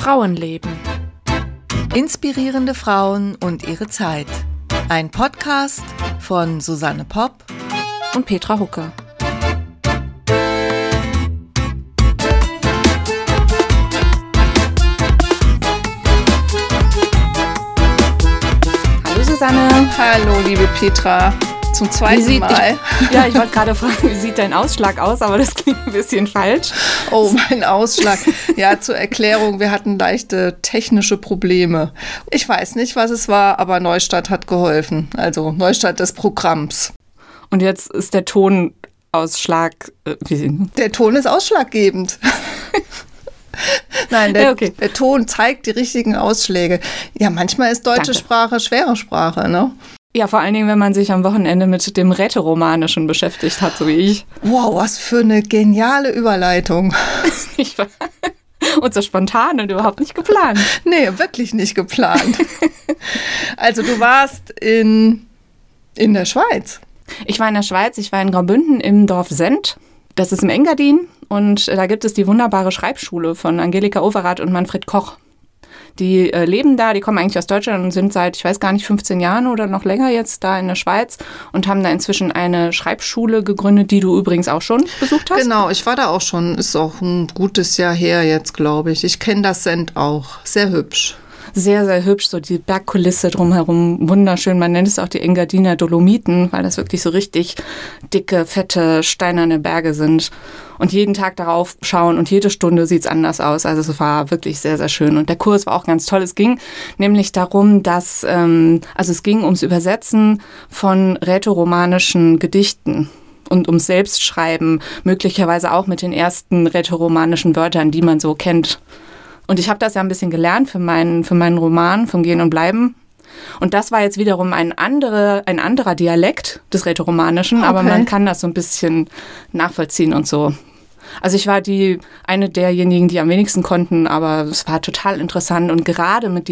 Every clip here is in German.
Frauenleben. Inspirierende Frauen und ihre Zeit. Ein Podcast von Susanne Popp und Petra Hucke. Hallo Susanne. Hallo liebe Petra. Zum zweiten Mal. Ich wollte gerade fragen, wie sieht dein Ausschlag aus, aber das klingt ein bisschen falsch. Oh, mein Ausschlag. Ja, zur Erklärung, wir hatten leichte technische Probleme. Ich weiß nicht, was es war, aber Neustart hat geholfen. Also Neustart des Programms. Und jetzt ist der Tonausschlag... Der Ton ist ausschlaggebend. Nein, der Ton zeigt die richtigen Ausschläge. Ja, manchmal ist deutsche Sprache schwere Sprache, ne? Ja, vor allen Dingen, wenn man sich am Wochenende mit dem Rätoromanischen beschäftigt hat, so wie ich. Wow, was für eine geniale Überleitung. Und so spontan und überhaupt nicht geplant. Nee, wirklich nicht geplant. Also du warst in der Schweiz. Ich war in der Schweiz, ich war in Graubünden im Dorf Send. Das ist im Engadin und da gibt es die wunderbare Schreibschule von Angelika Overath und Manfred Koch. Die leben da, die kommen eigentlich aus Deutschland und sind seit, ich weiß gar nicht, 15 Jahren oder noch länger jetzt da in der Schweiz und haben da inzwischen eine Schreibschule gegründet, die du übrigens auch schon besucht hast. Genau, ich war da auch schon, ist auch ein gutes Jahr her jetzt, glaube ich. Ich kenne das Send auch, sehr hübsch. Sehr, sehr hübsch, so die Bergkulisse drumherum, wunderschön. Man nennt es auch die Engadiner Dolomiten, weil das wirklich so richtig dicke, fette, steinerne Berge sind. Und jeden Tag darauf schauen und jede Stunde sieht es anders aus. Also es war wirklich sehr, sehr schön. Und der Kurs war auch ganz toll. Es ging nämlich darum, dass, es ging ums Übersetzen von rätoromanischen Gedichten. Und ums Selbstschreiben, möglicherweise auch mit den ersten rätoromanischen Wörtern, die man so kennt. Und ich habe das ja ein bisschen gelernt für meinen Roman vom Gehen und Bleiben. Und das war jetzt wiederum ein anderer Dialekt des Rätoromanischen, aber man kann das so ein bisschen nachvollziehen und so. Also ich war eine derjenigen, die am wenigsten konnten, aber es war total interessant. Und gerade mit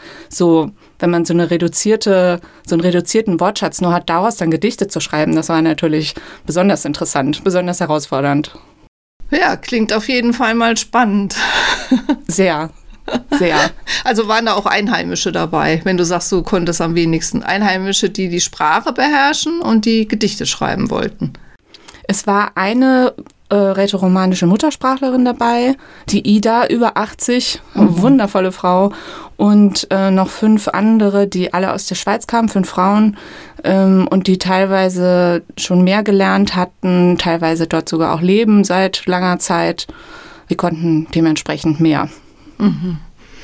wenn man so einen reduzierten Wortschatz nur hat, daraus dann Gedichte zu schreiben, das war natürlich besonders interessant, besonders herausfordernd. Ja, klingt auf jeden Fall mal spannend. Sehr, sehr. Also waren da auch Einheimische dabei, wenn du sagst, du konntest am wenigsten. Einheimische, die die Sprache beherrschen und die Gedichte schreiben wollten. Es war eine rätoromanische Muttersprachlerin dabei, die Ida, über 80, wundervolle Frau. Und noch 5 andere, die alle aus der Schweiz kamen, 5 Frauen und die teilweise schon mehr gelernt hatten, teilweise dort sogar auch leben seit langer Zeit. Wir konnten dementsprechend mehr. Mhm.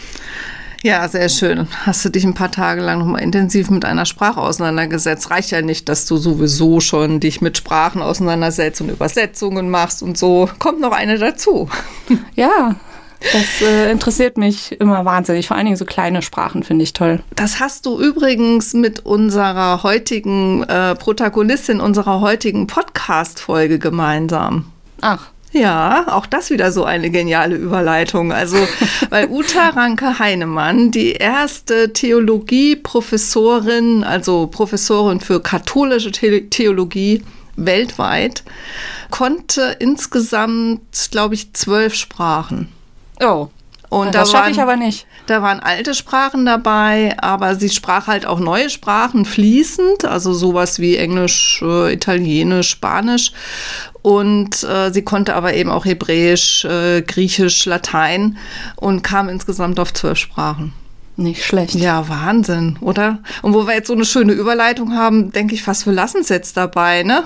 Ja, sehr schön. Hast du dich ein paar Tage lang nochmal intensiv mit einer Sprache auseinandergesetzt? Reicht ja nicht, dass du sowieso schon dich mit Sprachen auseinandersetzt und Übersetzungen machst und so. Kommt noch eine dazu. Ja, das interessiert mich immer wahnsinnig. Vor allen Dingen so kleine Sprachen finde ich toll. Das hast du übrigens mit unserer heutigen Protagonistin unserer heutigen Podcast-Folge gemeinsam. Ach. Ja, auch das wieder so eine geniale Überleitung. Also, weil Uta Ranke-Heinemann, die erste Theologieprofessorin, also Professorin für katholische Theologie weltweit, konnte insgesamt, glaube ich, 12 Sprachen. Oh, und das schaffe ich aber nicht. Da waren alte Sprachen dabei, aber sie sprach halt auch neue Sprachen fließend, also sowas wie Englisch, Italienisch, Spanisch. Und sie konnte aber eben auch Hebräisch, Griechisch, Latein und kam insgesamt auf 12 Sprachen. Nicht schlecht. Ja, Wahnsinn, oder? Und wo wir jetzt so eine schöne Überleitung haben, denke ich fast, wir lassen es jetzt dabei, ne?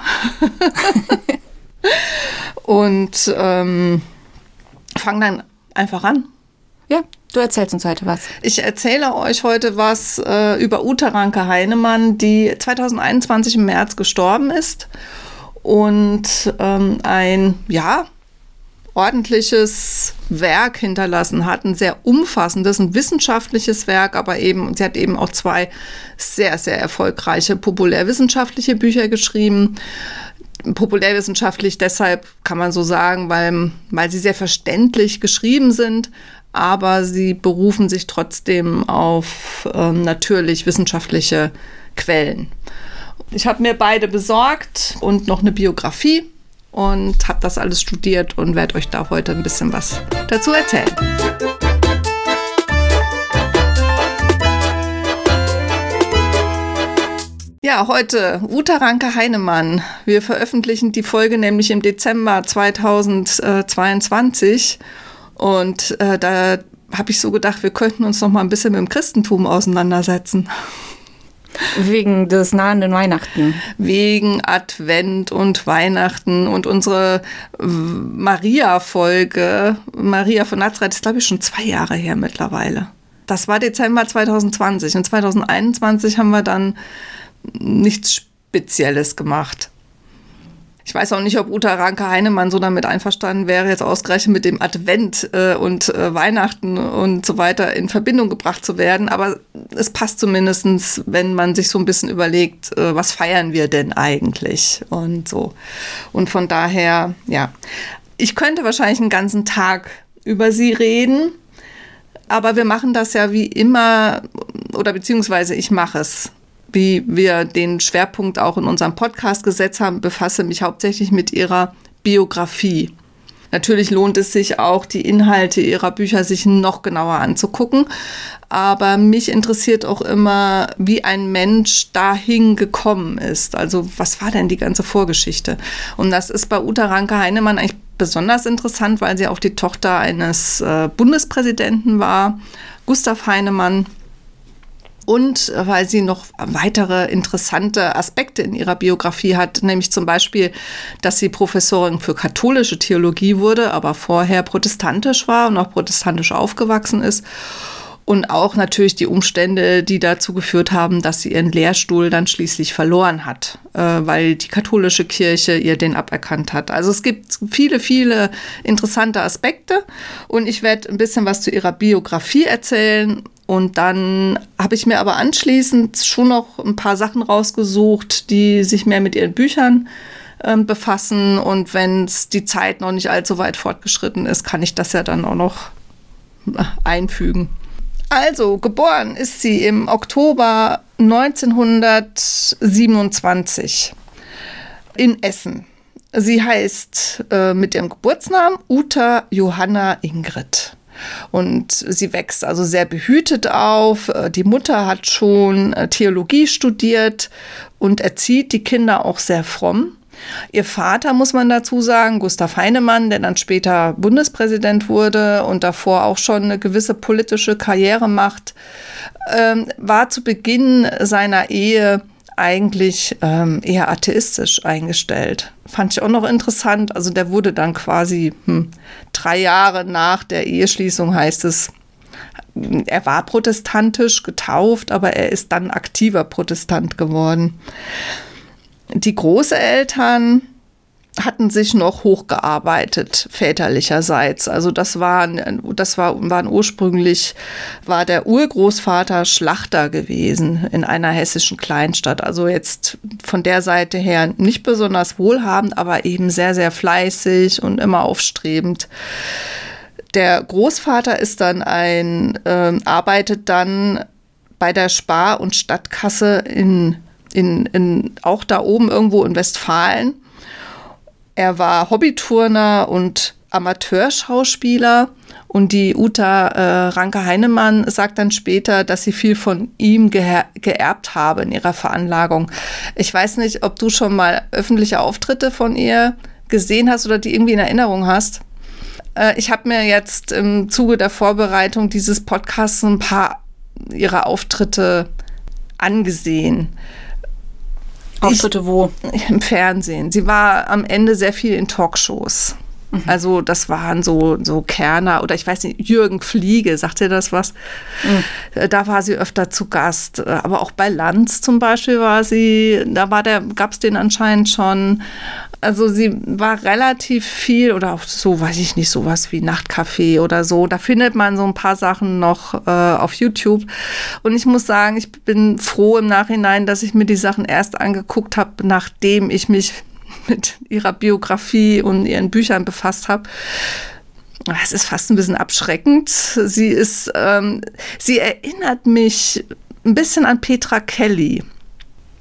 Und fangen dann einfach an. Ja, du erzählst uns heute was. Ich erzähle euch heute was über Uta Ranke-Heinemann, die 2021 im März gestorben ist und ein ordentliches Werk hinterlassen hat, ein sehr umfassendes, ein wissenschaftliches Werk, aber sie hat eben auch 2 sehr, sehr erfolgreiche populärwissenschaftliche Bücher geschrieben. Populärwissenschaftlich deshalb kann man so sagen, weil sie sehr verständlich geschrieben sind, aber sie berufen sich trotzdem auf natürlich wissenschaftliche Quellen. Ich habe mir beide besorgt und noch eine Biografie und habe das alles studiert und werde euch da heute ein bisschen was dazu erzählen. Ja, heute Uta Ranke-Heinemann. Wir veröffentlichen die Folge nämlich im Dezember 2022 und da habe ich so gedacht, wir könnten uns noch mal ein bisschen mit dem Christentum auseinandersetzen. Wegen des nahenden Weihnachten. Wegen Advent und Weihnachten und unsere Maria-Folge, Maria von Nazareth, ist glaube ich schon 2 Jahre her mittlerweile. Das war Dezember 2020 und 2021 haben wir dann nichts Spezielles gemacht. Ich weiß auch nicht, ob Uta Ranke-Heinemann so damit einverstanden wäre, jetzt ausgerechnet mit dem Advent und Weihnachten und so weiter in Verbindung gebracht zu werden. Aber es passt zumindest, wenn man sich so ein bisschen überlegt, was feiern wir denn eigentlich und so. Und von daher, ja, ich könnte wahrscheinlich einen ganzen Tag über sie reden, aber wir machen das ja wie immer, oder beziehungsweise ich mache es. Wie wir den Schwerpunkt auch in unserem Podcast gesetzt haben, befasse mich hauptsächlich mit ihrer Biografie. Natürlich lohnt es sich auch, die Inhalte ihrer Bücher sich noch genauer anzugucken. Aber mich interessiert auch immer, wie ein Mensch dahin gekommen ist. Also was war denn die ganze Vorgeschichte? Und das ist bei Uta Ranke-Heinemann eigentlich besonders interessant, weil sie auch die Tochter eines Bundespräsidenten war, Gustav Heinemann. Und weil sie noch weitere interessante Aspekte in ihrer Biografie hat, nämlich zum Beispiel, dass sie Professorin für katholische Theologie wurde, aber vorher protestantisch war und auch protestantisch aufgewachsen ist. Und auch natürlich die Umstände, die dazu geführt haben, dass sie ihren Lehrstuhl dann schließlich verloren hat, weil die katholische Kirche ihr den aberkannt hat. Also es gibt viele, viele interessante Aspekte und ich werde ein bisschen was zu ihrer Biografie erzählen. Und dann habe ich mir aber anschließend schon noch ein paar Sachen rausgesucht, die sich mehr mit ihren Büchern befassen. Und wenn es die Zeit noch nicht allzu weit fortgeschritten ist, kann ich das ja dann auch noch einfügen. Also, geboren ist sie im Oktober 1927 in Essen. Sie heißt mit ihrem Geburtsnamen Uta Johanna Ingrid. Und sie wächst also sehr behütet auf. Die Mutter hat schon Theologie studiert und erzieht die Kinder auch sehr fromm. Ihr Vater, muss man dazu sagen, Gustav Heinemann, der dann später Bundespräsident wurde und davor auch schon eine gewisse politische Karriere macht, war zu Beginn seiner Ehe eigentlich eher atheistisch eingestellt. Fand ich auch noch interessant. Also der wurde dann quasi 3 Jahre nach der Eheschließung, heißt es, er war protestantisch getauft, aber er ist dann aktiver Protestant geworden. Die Großeltern hatten sich noch hochgearbeitet, väterlicherseits. Also war der Urgroßvater Schlachter gewesen in einer hessischen Kleinstadt. Also jetzt von der Seite her nicht besonders wohlhabend, aber eben sehr, sehr fleißig und immer aufstrebend. Der Großvater ist dann arbeitet dann bei der Spar- und Stadtkasse auch da oben irgendwo in Westfalen. Er war Hobbyturner und Amateurschauspieler und die Uta Ranke-Heinemann sagt dann später, dass sie viel von ihm geerbt habe in ihrer Veranlagung. Ich weiß nicht, ob du schon mal öffentliche Auftritte von ihr gesehen hast oder die irgendwie in Erinnerung hast. Ich habe mir jetzt im Zuge der Vorbereitung dieses Podcasts ein paar ihrer Auftritte angesehen. Auftritte wo? Im Fernsehen. Sie war am Ende sehr viel in Talkshows. Mhm. Also das waren so Kerner oder ich weiß nicht, Jürgen Fliege, sagt ihr das was? Mhm. Da war sie öfter zu Gast. Aber auch bei Lanz zum Beispiel gab es den anscheinend schon. Also sie war relativ viel oder auch so, weiß ich nicht, sowas wie Nachtcafé oder so. Da findet man so ein paar Sachen noch auf YouTube. Und ich muss sagen, ich bin froh im Nachhinein, dass ich mir die Sachen erst angeguckt habe, nachdem ich mich mit ihrer Biografie und ihren Büchern befasst habe. Es ist fast ein bisschen abschreckend. Sie erinnert mich ein bisschen an Petra Kelly.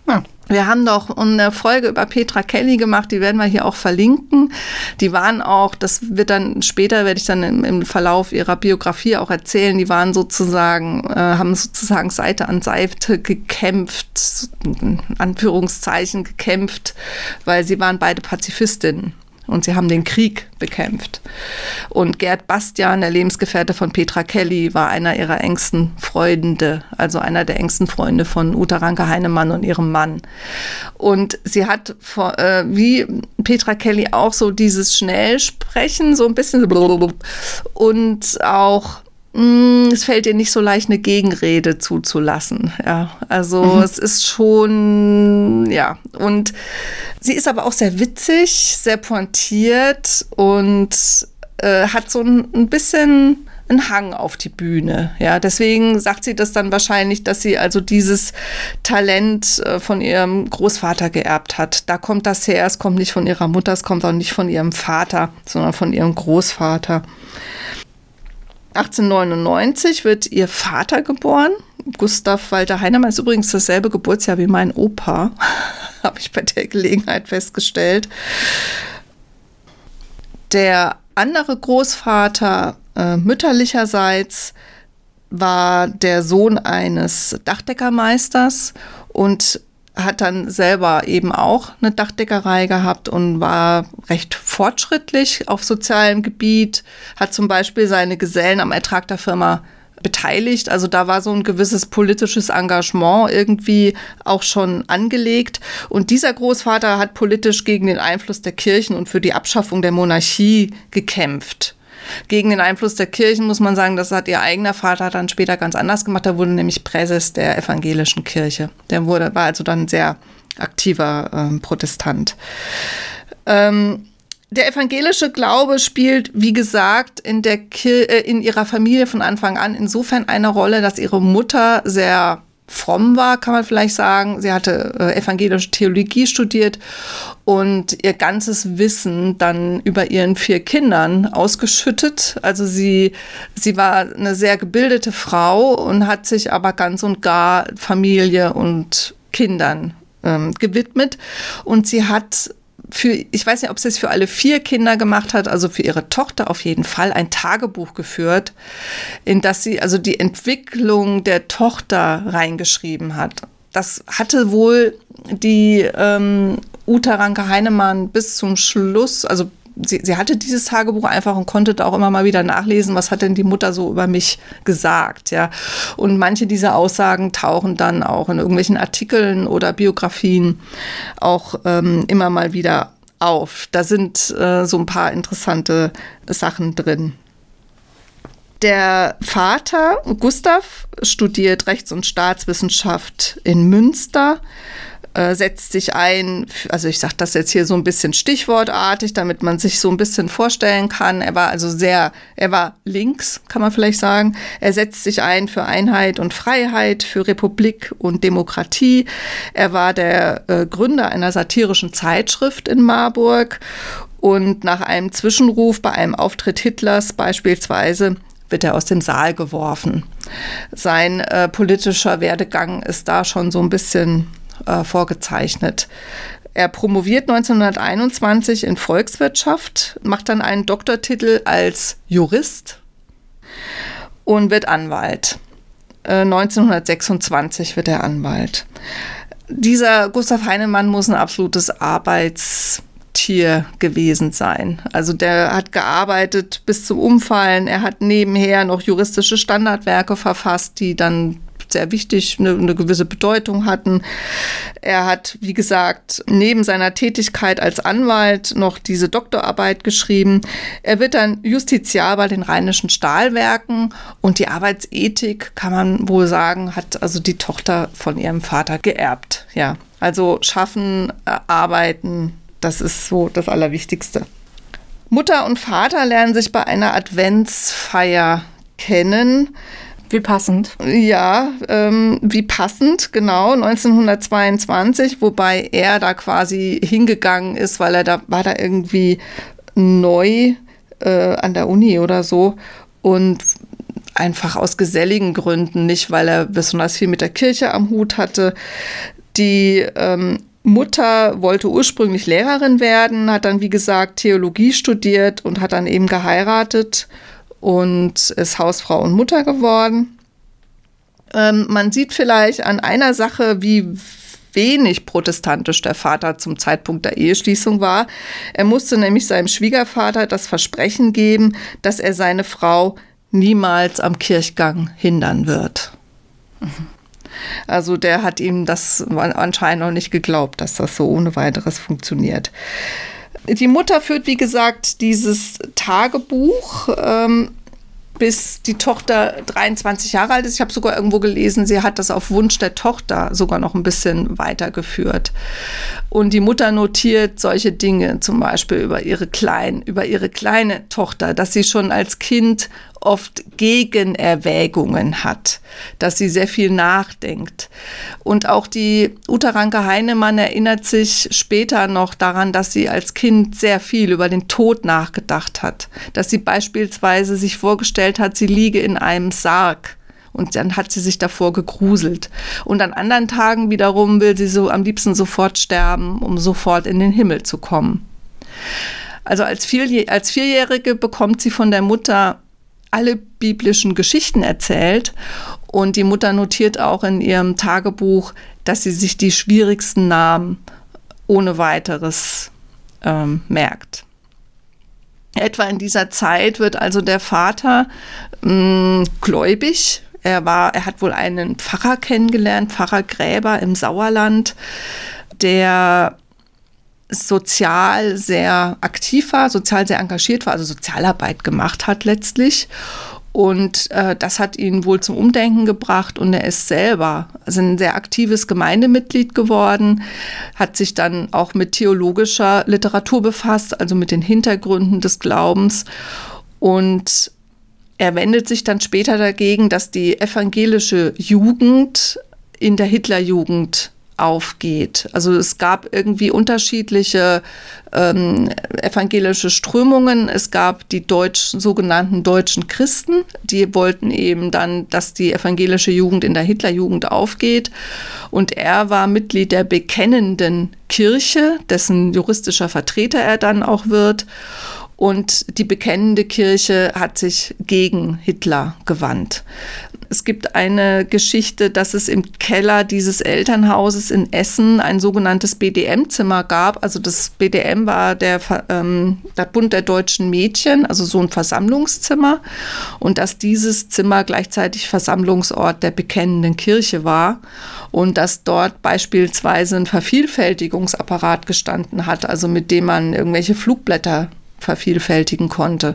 Ja. Wir haben doch eine Folge über Petra Kelly gemacht, die werden wir hier auch verlinken. Die waren auch, das wird dann später, werde ich dann im Verlauf ihrer Biografie auch erzählen, die waren sozusagen, haben sozusagen Seite an Seite gekämpft, in Anführungszeichen gekämpft, weil sie waren beide Pazifistinnen. Und sie haben den Krieg bekämpft. Und Gerd Bastian, der Lebensgefährte von Petra Kelly, war einer ihrer engsten Freunde, also einer der engsten Freunde von Uta Ranke-Heinemann und ihrem Mann. Und sie hat, wie Petra Kelly, auch so dieses Schnellsprechen, so ein bisschen und auch es fällt ihr nicht so leicht, eine Gegenrede zuzulassen. Ja, also es ist schon, ja. Und sie ist aber auch sehr witzig, sehr pointiert und hat so ein bisschen einen Hang auf die Bühne. Ja, deswegen sagt sie das dann wahrscheinlich, dass sie also dieses Talent von ihrem Großvater geerbt hat. Da kommt das her. Es kommt nicht von ihrer Mutter, es kommt auch nicht von ihrem Vater, sondern von ihrem Großvater. 1899 wird ihr Vater geboren. Gustav Walter Heinemann ist übrigens dasselbe Geburtsjahr wie mein Opa, habe ich bei der Gelegenheit festgestellt. Der andere Großvater mütterlicherseits war der Sohn eines Dachdeckermeisters und hat dann selber eben auch eine Dachdeckerei gehabt und war recht fortschrittlich auf sozialem Gebiet, hat zum Beispiel seine Gesellen am Ertrag der Firma beteiligt. Also da war so ein gewisses politisches Engagement irgendwie auch schon angelegt. Und dieser Großvater hat politisch gegen den Einfluss der Kirchen und für die Abschaffung der Monarchie gekämpft. Gegen den Einfluss der Kirchen muss man sagen, das hat ihr eigener Vater dann später ganz anders gemacht. Er wurde nämlich Präses der evangelischen Kirche. War also dann ein sehr aktiver Protestant. Der evangelische Glaube spielt, wie gesagt, in ihrer Familie von Anfang an insofern eine Rolle, dass ihre Mutter sehr fromm war, kann man vielleicht sagen. Sie hatte evangelische Theologie studiert und ihr ganzes Wissen dann über ihren 4 Kindern ausgeschüttet. Also sie war eine sehr gebildete Frau und hat sich aber ganz und gar Familie und Kindern gewidmet. Und sie hat ich weiß nicht, ob sie es für alle 4 Kinder gemacht hat, also für ihre Tochter auf jeden Fall, ein Tagebuch geführt, in das sie also die Entwicklung der Tochter reingeschrieben hat. Das hatte wohl die Uta Ranke-Heinemann bis zum Schluss, also sie hatte dieses Tagebuch einfach und konnte da auch immer mal wieder nachlesen, was hat denn die Mutter so über mich gesagt, ja. Und manche dieser Aussagen tauchen dann auch in irgendwelchen Artikeln oder Biografien auch immer mal wieder auf. Da sind so ein paar interessante Sachen drin. Der Vater, Gustav, studiert Rechts- und Staatswissenschaft in Münster, setzt sich ein, also ich sage das jetzt hier so ein bisschen stichwortartig, damit man sich so ein bisschen vorstellen kann. Er war links, kann man vielleicht sagen. Er setzt sich ein für Einheit und Freiheit, für Republik und Demokratie. Er war der Gründer einer satirischen Zeitschrift in Marburg und nach einem Zwischenruf bei einem Auftritt Hitlers beispielsweise wird er aus dem Saal geworfen. Sein politischer Werdegang ist da schon so ein bisschen vorgezeichnet. Er promoviert 1921 in Volkswirtschaft, macht dann einen Doktortitel als Jurist und wird Anwalt. 1926 wird er Anwalt. Dieser Gustav Heinemann muss ein absolutes Arbeitstier gewesen sein. Also der hat gearbeitet bis zum Umfallen. Er hat nebenher noch juristische Standardwerke verfasst, die dann sehr wichtig, eine gewisse Bedeutung hatten. Er hat, wie gesagt, neben seiner Tätigkeit als Anwalt noch diese Doktorarbeit geschrieben. Er wird dann Justiziar bei den Rheinischen Stahlwerken und die Arbeitsethik, kann man wohl sagen, hat also die Tochter von ihrem Vater geerbt. Ja, also schaffen, arbeiten, das ist so das Allerwichtigste. Mutter und Vater lernen sich bei einer Adventsfeier kennen. Wie passend. Ja, wie passend, genau, 1922, wobei er da quasi hingegangen ist, weil er war da irgendwie neu an der Uni oder so und einfach aus geselligen Gründen, nicht weil er besonders viel mit der Kirche am Hut hatte. Die Mutter wollte ursprünglich Lehrerin werden, hat dann, wie gesagt, Theologie studiert und hat dann eben geheiratet und ist Hausfrau und Mutter geworden. Man sieht vielleicht an einer Sache, wie wenig protestantisch der Vater zum Zeitpunkt der Eheschließung war. Er musste nämlich seinem Schwiegervater das Versprechen geben, dass er seine Frau niemals am Kirchgang hindern wird. Also der hat ihm das anscheinend noch nicht geglaubt, dass das so ohne weiteres funktioniert. Die Mutter führt, wie gesagt, dieses Tagebuch, bis die Tochter 23 Jahre alt ist. Ich habe sogar irgendwo gelesen, sie hat das auf Wunsch der Tochter sogar noch ein bisschen weitergeführt. Und die Mutter notiert solche Dinge, zum Beispiel über ihre kleine Tochter, dass sie schon als Kind oft Gegenerwägungen hat, dass sie sehr viel nachdenkt. Und auch die Uta Ranke-Heinemann erinnert sich später noch daran, dass sie als Kind sehr viel über den Tod nachgedacht hat. Dass sie beispielsweise sich vorgestellt hat, sie liege in einem Sarg. Und dann hat sie sich davor gegruselt. Und an anderen Tagen wiederum will sie so am liebsten sofort sterben, um sofort in den Himmel zu kommen. Also als Vierjährige bekommt sie von der Mutter alle biblischen Geschichten erzählt. Und die Mutter notiert auch in ihrem Tagebuch, dass sie sich die schwierigsten Namen ohne weiteres merkt. Etwa in dieser Zeit wird also der Vater gläubig. Er hat wohl einen Pfarrer kennengelernt, Pfarrer Gräber im Sauerland, der sozial sehr aktiv war, sozial sehr engagiert war, also Sozialarbeit gemacht hat letztlich. Und das hat ihn wohl zum Umdenken gebracht und er ist selber ein sehr aktives Gemeindemitglied geworden, hat sich dann auch mit theologischer Literatur befasst, also mit den Hintergründen des Glaubens. Und er wendet sich dann später dagegen, dass die evangelische Jugend in der Hitlerjugend aufgeht. Also es gab irgendwie unterschiedliche evangelische Strömungen. Es gab die sogenannten deutschen Christen, die wollten eben dann, dass die evangelische Jugend in der Hitlerjugend aufgeht. Und er war Mitglied der Bekennenden Kirche, dessen juristischer Vertreter er dann auch wird. Und die Bekennende Kirche hat sich gegen Hitler gewandt. Es gibt eine Geschichte, dass es im Keller dieses Elternhauses in Essen ein sogenanntes BDM-Zimmer gab. Also das BDM war der Bund der deutschen Mädchen, also so ein Versammlungszimmer. Und dass dieses Zimmer gleichzeitig Versammlungsort der Bekennenden Kirche war. Und dass dort beispielsweise ein Vervielfältigungsapparat gestanden hat, also mit dem man irgendwelche Flugblätter vervielfältigen konnte.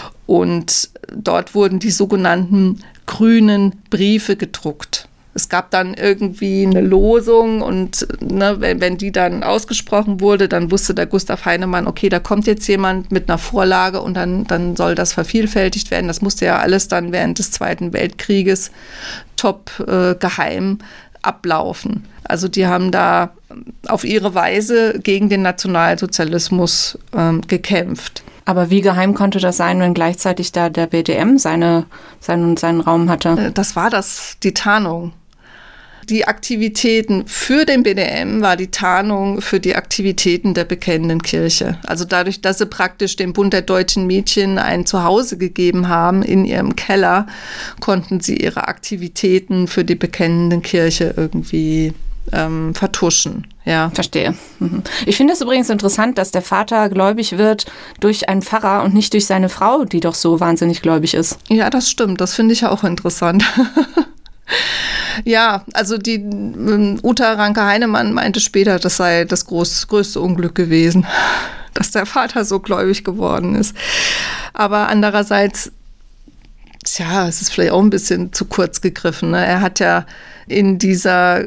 Und dort wurden die sogenannten grünen Briefe gedruckt. Es gab dann irgendwie eine Losung und wenn die dann ausgesprochen wurde, dann wusste der Gustav Heinemann, okay, da kommt jetzt jemand mit einer Vorlage und dann soll das vervielfältigt werden. Das musste ja alles dann während des Zweiten Weltkrieges top geheim ablaufen. Also die haben da auf ihre Weise gegen den Nationalsozialismus gekämpft. Aber wie geheim konnte das sein, wenn gleichzeitig da der BDM seinen Raum hatte? Das war die Tarnung. Die Aktivitäten für den BDM war die Tarnung für die Aktivitäten der Bekennenden Kirche. Also dadurch, dass sie praktisch dem Bund der deutschen Mädchen ein Zuhause gegeben haben in ihrem Keller, konnten sie ihre Aktivitäten für die Bekennenden Kirche irgendwie vertuschen. Ja. Verstehe. Ich finde es übrigens interessant, dass der Vater gläubig wird durch einen Pfarrer und nicht durch seine Frau, die doch so wahnsinnig gläubig ist. Ja, das stimmt. Das finde ich ja auch interessant. Ja, also die Uta Ranke-Heinemann meinte später, das sei das größte Unglück gewesen, dass der Vater so gläubig geworden ist. Aber andererseits, es ist vielleicht auch ein bisschen zu kurz gegriffen. Ne? Er hat ja in dieser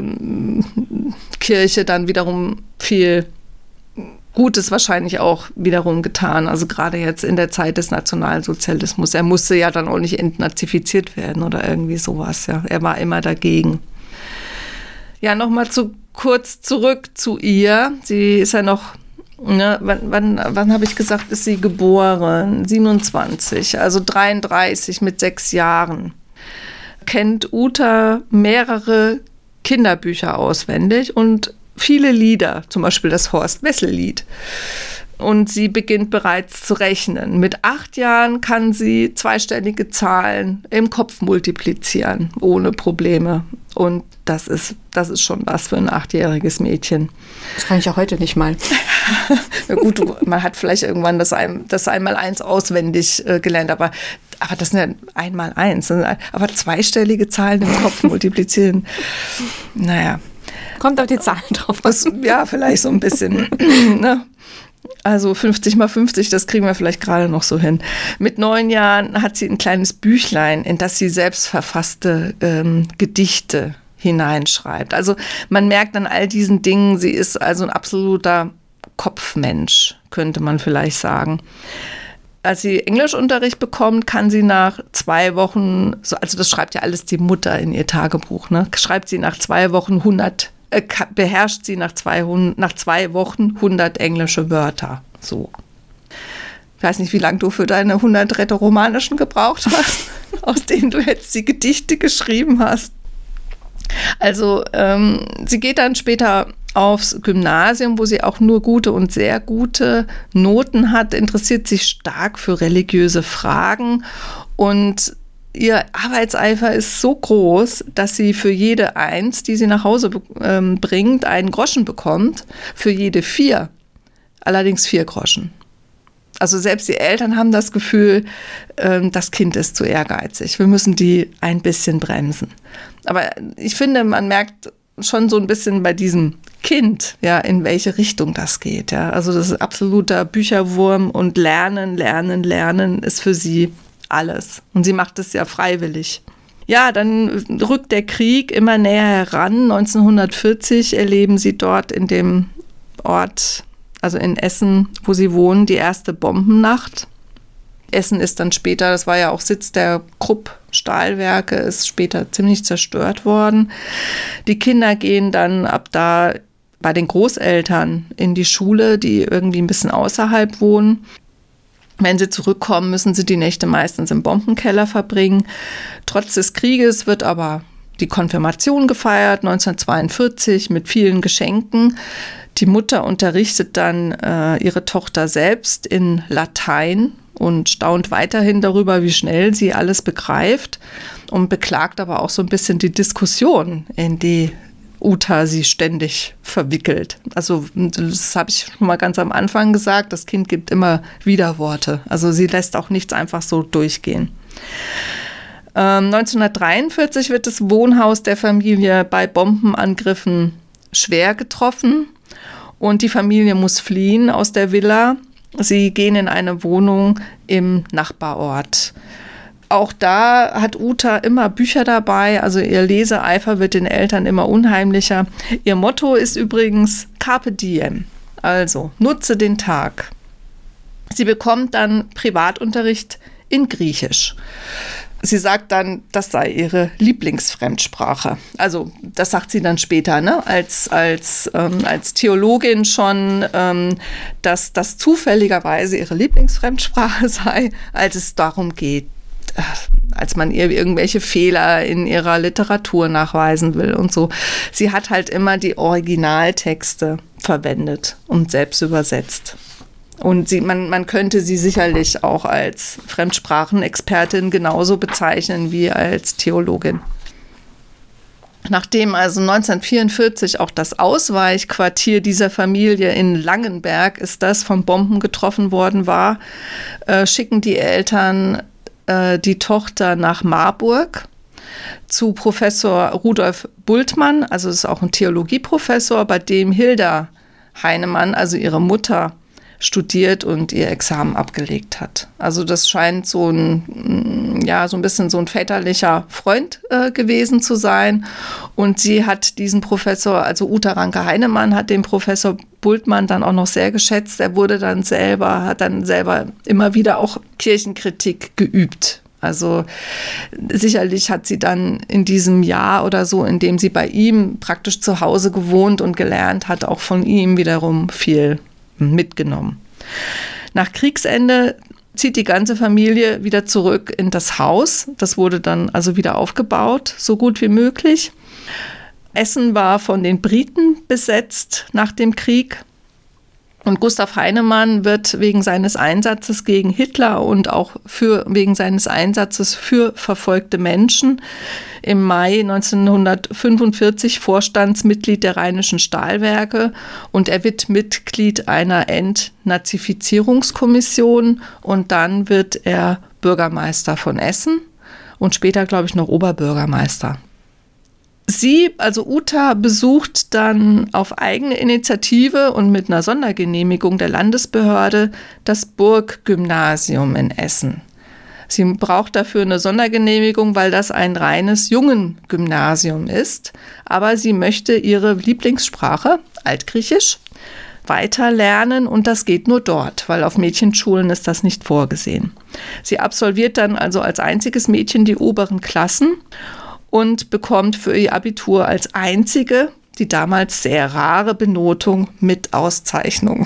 Kirche dann wiederum viel Gutes wahrscheinlich auch wiederum getan. Also gerade jetzt in der Zeit des Nationalsozialismus. Er musste ja dann auch nicht entnazifiziert werden oder irgendwie sowas. Ja, er war immer dagegen. Ja, nochmal kurz zurück zu ihr. Sie ist ja noch, wann habe ich gesagt, ist sie geboren? 27, also 33 mit 6 Jahren. Kennt Uta mehrere Kinderbücher auswendig und viele Lieder, zum Beispiel das Horst-Wessel-Lied. Und sie beginnt bereits zu rechnen. Mit 8 Jahren kann sie zweistellige Zahlen im Kopf multiplizieren, ohne Probleme. Und das ist schon was für ein 8-jähriges Mädchen. Das kann ich auch heute nicht mal. Ja gut, man hat vielleicht irgendwann das Einmaleins auswendig gelernt, aber das sind ja Einmaleins. Aber zweistellige Zahlen im Kopf multiplizieren, naja. Kommt auf die Zahlen drauf. Ja, vielleicht so ein bisschen, ne? Also 50 mal 50, das kriegen wir vielleicht gerade noch so hin. Mit 9 Jahren hat sie ein kleines Büchlein, in das sie selbst verfasste Gedichte hineinschreibt. Also man merkt an all diesen Dingen, sie ist also ein absoluter Kopfmensch, könnte man vielleicht sagen. Als sie Englischunterricht bekommt, kann sie nach 2 Wochen, also das schreibt ja alles die Mutter in ihr Tagebuch, ne? Schreibt sie nach 2 Wochen beherrscht sie nach 2 Wochen 100 englische Wörter. So. Ich weiß nicht, wie lange du für deine 100 rätoromanischen gebraucht hast, aus denen du jetzt die Gedichte geschrieben hast. Also sie geht dann später aufs Gymnasium, wo sie auch nur gute und sehr gute Noten hat, interessiert sich stark für religiöse Fragen und ihr Arbeitseifer ist so groß, dass sie für jede 1, die sie nach Hause bringt, einen Groschen bekommt, für jede 4, allerdings 4 Groschen. Also selbst die Eltern haben das Gefühl, das Kind ist zu ehrgeizig, wir müssen die ein bisschen bremsen. Aber ich finde, man merkt schon so ein bisschen bei diesem Kind, ja, in welche Richtung das geht. Ja. Also das ist absoluter Bücherwurm und Lernen ist für sie alles. Und sie macht es ja freiwillig. Ja, dann rückt der Krieg immer näher heran. 1940 erleben sie dort in dem Ort, also in Essen, wo sie wohnen, die erste Bombennacht. Essen ist dann später, das war ja auch Sitz der Krupp-Stahlwerke, ist später ziemlich zerstört worden. Die Kinder gehen dann ab da bei den Großeltern in die Schule, die irgendwie ein bisschen außerhalb wohnen. Wenn sie zurückkommen, müssen sie die Nächte meistens im Bombenkeller verbringen. Trotz des Krieges wird aber die Konfirmation gefeiert, 1942, mit vielen Geschenken. Die Mutter unterrichtet dann ihre Tochter selbst in Latein und staunt weiterhin darüber, wie schnell sie alles begreift und beklagt aber auch so ein bisschen die Diskussion, in die Uta sie ständig verwickelt. Also das habe ich schon mal ganz am Anfang gesagt, das Kind gibt immer Widerworte. Also sie lässt auch nichts einfach so durchgehen. 1943 wird das Wohnhaus der Familie bei Bombenangriffen schwer getroffen und die Familie muss fliehen aus der Villa. Sie gehen in eine Wohnung im Nachbarort. Auch da hat Uta immer Bücher dabei, also ihr Leseeifer wird den Eltern immer unheimlicher. Ihr Motto ist übrigens Carpe Diem, also nutze den Tag. Sie bekommt dann Privatunterricht in Griechisch. Sie sagt dann, das sei ihre Lieblingsfremdsprache. Also das sagt sie dann später, ne? als Theologin schon, dass das zufälligerweise ihre Lieblingsfremdsprache sei, als es darum geht, als man ihr irgendwelche Fehler in ihrer Literatur nachweisen will und so. Sie hat halt immer die Originaltexte verwendet und selbst übersetzt. Und man könnte sie sicherlich auch als Fremdsprachenexpertin genauso bezeichnen wie als Theologin. Nachdem also 1944 auch das Ausweichquartier dieser Familie in Langenberg, ist das, von Bomben getroffen worden war, schicken die Eltern die Tochter nach Marburg zu Professor Rudolf Bultmann, also das ist auch ein Theologieprofessor, bei dem Hilda Heinemann, also ihre Mutter, studiert und ihr Examen abgelegt hat. Also das scheint so ein bisschen so ein väterlicher Freund gewesen zu sein. Und sie hat diesen Professor, also Uta Ranke Heinemann, hat den Professor Bultmann dann auch noch sehr geschätzt. Er hat dann selber immer wieder auch Kirchenkritik geübt. Also sicherlich hat sie dann in diesem Jahr oder so, in dem sie bei ihm praktisch zu Hause gewohnt und gelernt hat, auch von ihm wiederum viel mitgenommen. Nach Kriegsende zieht die ganze Familie wieder zurück in das Haus. Das wurde dann also wieder aufgebaut, so gut wie möglich. Essen war von den Briten besetzt nach dem Krieg. Und Gustav Heinemann wird wegen seines Einsatzes gegen Hitler und auch wegen seines Einsatzes für verfolgte Menschen im Mai 1945 Vorstandsmitglied der Rheinischen Stahlwerke und er wird Mitglied einer Entnazifizierungskommission und dann wird er Bürgermeister von Essen und später, glaube ich, noch Oberbürgermeister. Sie, also Uta, besucht dann auf eigene Initiative und mit einer Sondergenehmigung der Landesbehörde das Burggymnasium in Essen. Sie braucht dafür eine Sondergenehmigung, weil das ein reines Jungengymnasium ist. Aber sie möchte ihre Lieblingssprache, Altgriechisch, weiter lernen und das geht nur dort, weil auf Mädchenschulen ist das nicht vorgesehen. Sie absolviert dann also als einziges Mädchen die oberen Klassen und bekommt für ihr Abitur als einzige die damals sehr rare Benotung mit Auszeichnung.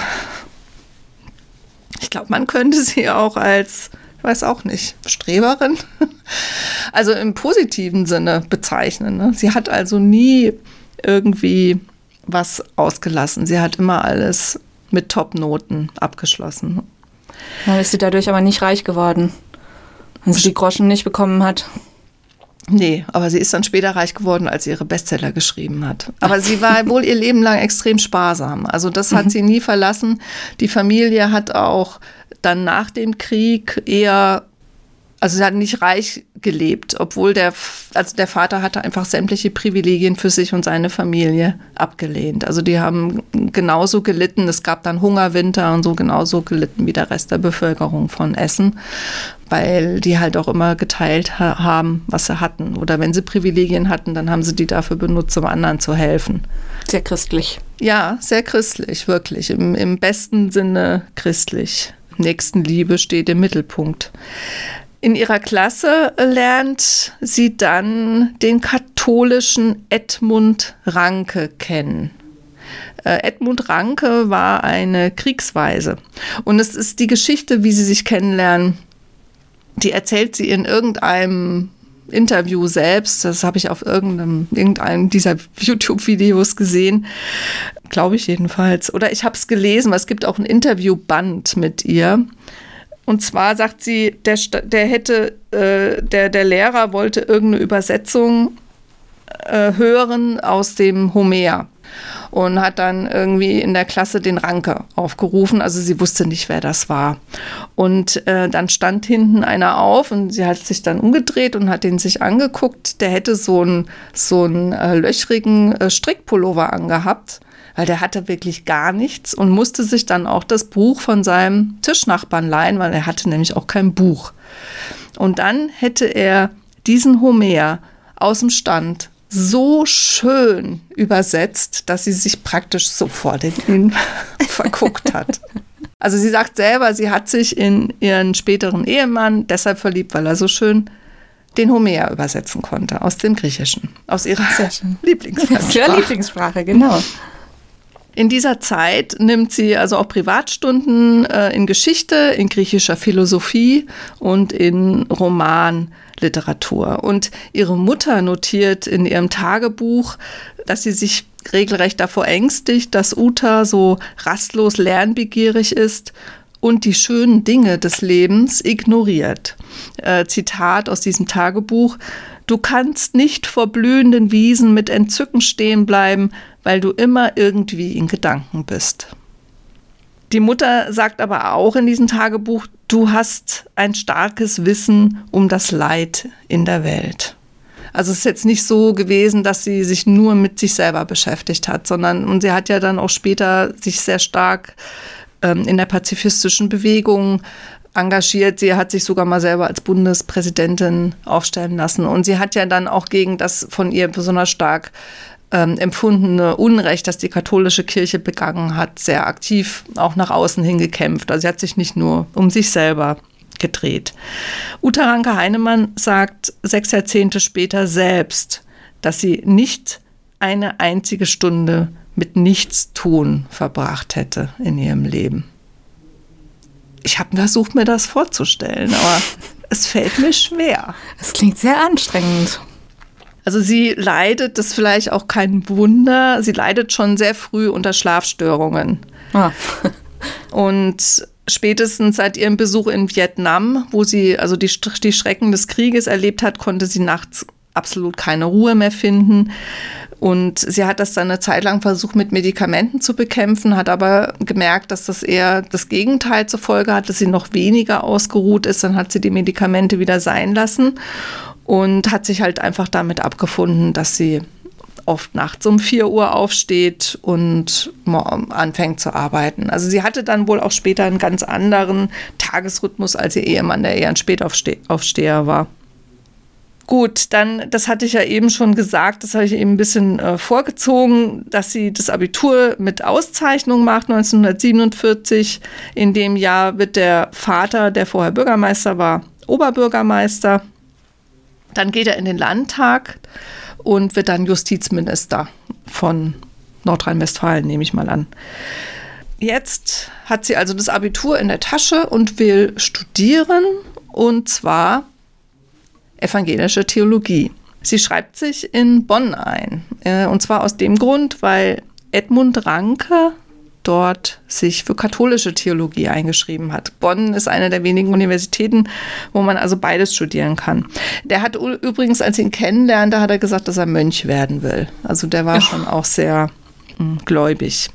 Ich glaube, man könnte sie auch als, ich weiß auch nicht, Streberin, also im positiven Sinne bezeichnen. Ne? Sie hat also nie irgendwie was ausgelassen. Sie hat immer alles mit Top-Noten abgeschlossen. Dann ist sie dadurch aber nicht reich geworden, wenn sie die Groschen nicht bekommen hat. Nee, aber sie ist dann später reich geworden, als sie ihre Bestseller geschrieben hat. Aber sie war wohl ihr Leben lang extrem sparsam. Also das hat sie nie verlassen. Die Familie hat auch dann nach dem Krieg eher, also sie hat nicht reich gelebt, obwohl der Vater hatte einfach sämtliche Privilegien für sich und seine Familie abgelehnt. Also die haben genauso gelitten. Es gab dann Hungerwinter und so genauso gelitten wie der Rest der Bevölkerung von Essen, weil die halt auch immer geteilt haben, was sie hatten. Oder wenn sie Privilegien hatten, dann haben sie die dafür benutzt, um anderen zu helfen. Sehr christlich. Ja, sehr christlich, wirklich. Im besten Sinne christlich. Nächstenliebe steht im Mittelpunkt. In ihrer Klasse lernt sie dann den katholischen Edmund Ranke kennen. Edmund Ranke war eine Kriegsweise. Und es ist die Geschichte, wie sie sich kennenlernen, die erzählt sie in irgendeinem Interview selbst. Das habe ich auf irgendeinem dieser YouTube-Videos gesehen. Glaube ich jedenfalls. Oder ich habe es gelesen, weil es gibt auch ein Interviewband mit ihr. Und zwar sagt sie, der Lehrer wollte irgendeine Übersetzung hören aus dem Homer und hat dann irgendwie in der Klasse den Ranke aufgerufen. Also sie wusste nicht, wer das war. Und dann stand hinten einer auf und sie hat sich dann umgedreht und hat den sich angeguckt. Der hätte so einen löchrigen Strickpullover angehabt, weil der hatte wirklich gar nichts und musste sich dann auch das Buch von seinem Tischnachbarn leihen, weil er hatte nämlich auch kein Buch. Und dann hätte er diesen Homer aus dem Stand so schön übersetzt, dass sie sich praktisch sofort in ihn verguckt hat. Also sie sagt selber, sie hat sich in ihren späteren Ehemann deshalb verliebt, weil er so schön den Homer übersetzen konnte aus dem Griechischen, aus ihrer Lieblingssprache. Ja, Lieblingssprache, genau. In dieser Zeit nimmt sie also auch Privatstunden in Geschichte, in griechischer Philosophie und in Romanliteratur. Und ihre Mutter notiert in ihrem Tagebuch, dass sie sich regelrecht davor ängstigt, dass Uta so rastlos lernbegierig ist und die schönen Dinge des Lebens ignoriert. Zitat aus diesem Tagebuch: Du kannst nicht vor blühenden Wiesen mit Entzücken stehen bleiben, weil du immer irgendwie in Gedanken bist. Die Mutter sagt aber auch in diesem Tagebuch, du hast ein starkes Wissen um das Leid in der Welt. Also es ist jetzt nicht so gewesen, dass sie sich nur mit sich selber beschäftigt hat, und sie hat ja dann auch später sich sehr stark in der pazifistischen Bewegung engagiert. Sie hat sich sogar mal selber als Bundespräsidentin aufstellen lassen. Und sie hat ja dann auch gegen das von ihr besonders stark empfundene Unrecht, das die katholische Kirche begangen hat, sehr aktiv auch nach außen hin gekämpft. Also sie hat sich nicht nur um sich selber gedreht. Uta Ranke Heinemann sagt 6 Jahrzehnte später selbst, dass sie nicht eine einzige Stunde mit Nichtstun verbracht hätte in ihrem Leben. Ich habe versucht, mir das vorzustellen, aber es fällt mir schwer. Es klingt sehr anstrengend. Also sie leidet, das ist vielleicht auch kein Wunder, sie leidet schon sehr früh unter Schlafstörungen. Ah. Und spätestens seit ihrem Besuch in Vietnam, wo sie also die Schrecken des Krieges erlebt hat, konnte sie nachts absolut keine Ruhe mehr finden. Und sie hat das dann eine Zeit lang versucht, mit Medikamenten zu bekämpfen, hat aber gemerkt, dass das eher das Gegenteil zur Folge hat, dass sie noch weniger ausgeruht ist. Dann hat sie die Medikamente wieder sein lassen und hat sich halt einfach damit abgefunden, dass sie oft nachts um 4 Uhr aufsteht und anfängt zu arbeiten. Also sie hatte dann wohl auch später einen ganz anderen Tagesrhythmus als ihr Ehemann, der eher ein Spätaufsteher war. Gut, dann, das hatte ich ja eben schon gesagt, das habe ich eben ein bisschen vorgezogen, dass sie das Abitur mit Auszeichnung macht, 1947. In dem Jahr wird der Vater, der vorher Bürgermeister war, Oberbürgermeister. Dann geht er in den Landtag und wird dann Justizminister von Nordrhein-Westfalen, nehme ich mal an. Jetzt hat sie also das Abitur in der Tasche und will studieren, und zwar evangelische Theologie. Sie schreibt sich in Bonn ein, und zwar aus dem Grund, weil Edmund Ranke dort sich für katholische Theologie eingeschrieben hat. Bonn ist eine der wenigen Universitäten, wo man also beides studieren kann. Der hat übrigens, als ich ihn kennenlernte, hat er gesagt, dass er Mönch werden will. Also der war schon auch sehr gläubig.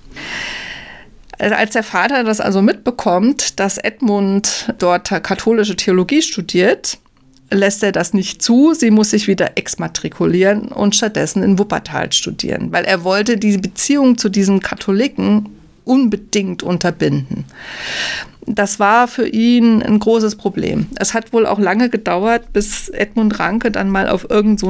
Als der Vater das also mitbekommt, dass Edmund dort katholische Theologie studiert, lässt er das nicht zu. Sie muss sich wieder exmatrikulieren und stattdessen in Wuppertal studieren, weil er wollte die Beziehung zu diesem Katholiken unbedingt unterbinden. Das war für ihn ein großes Problem. Es hat wohl auch lange gedauert, bis Edmund Ranke dann mal auf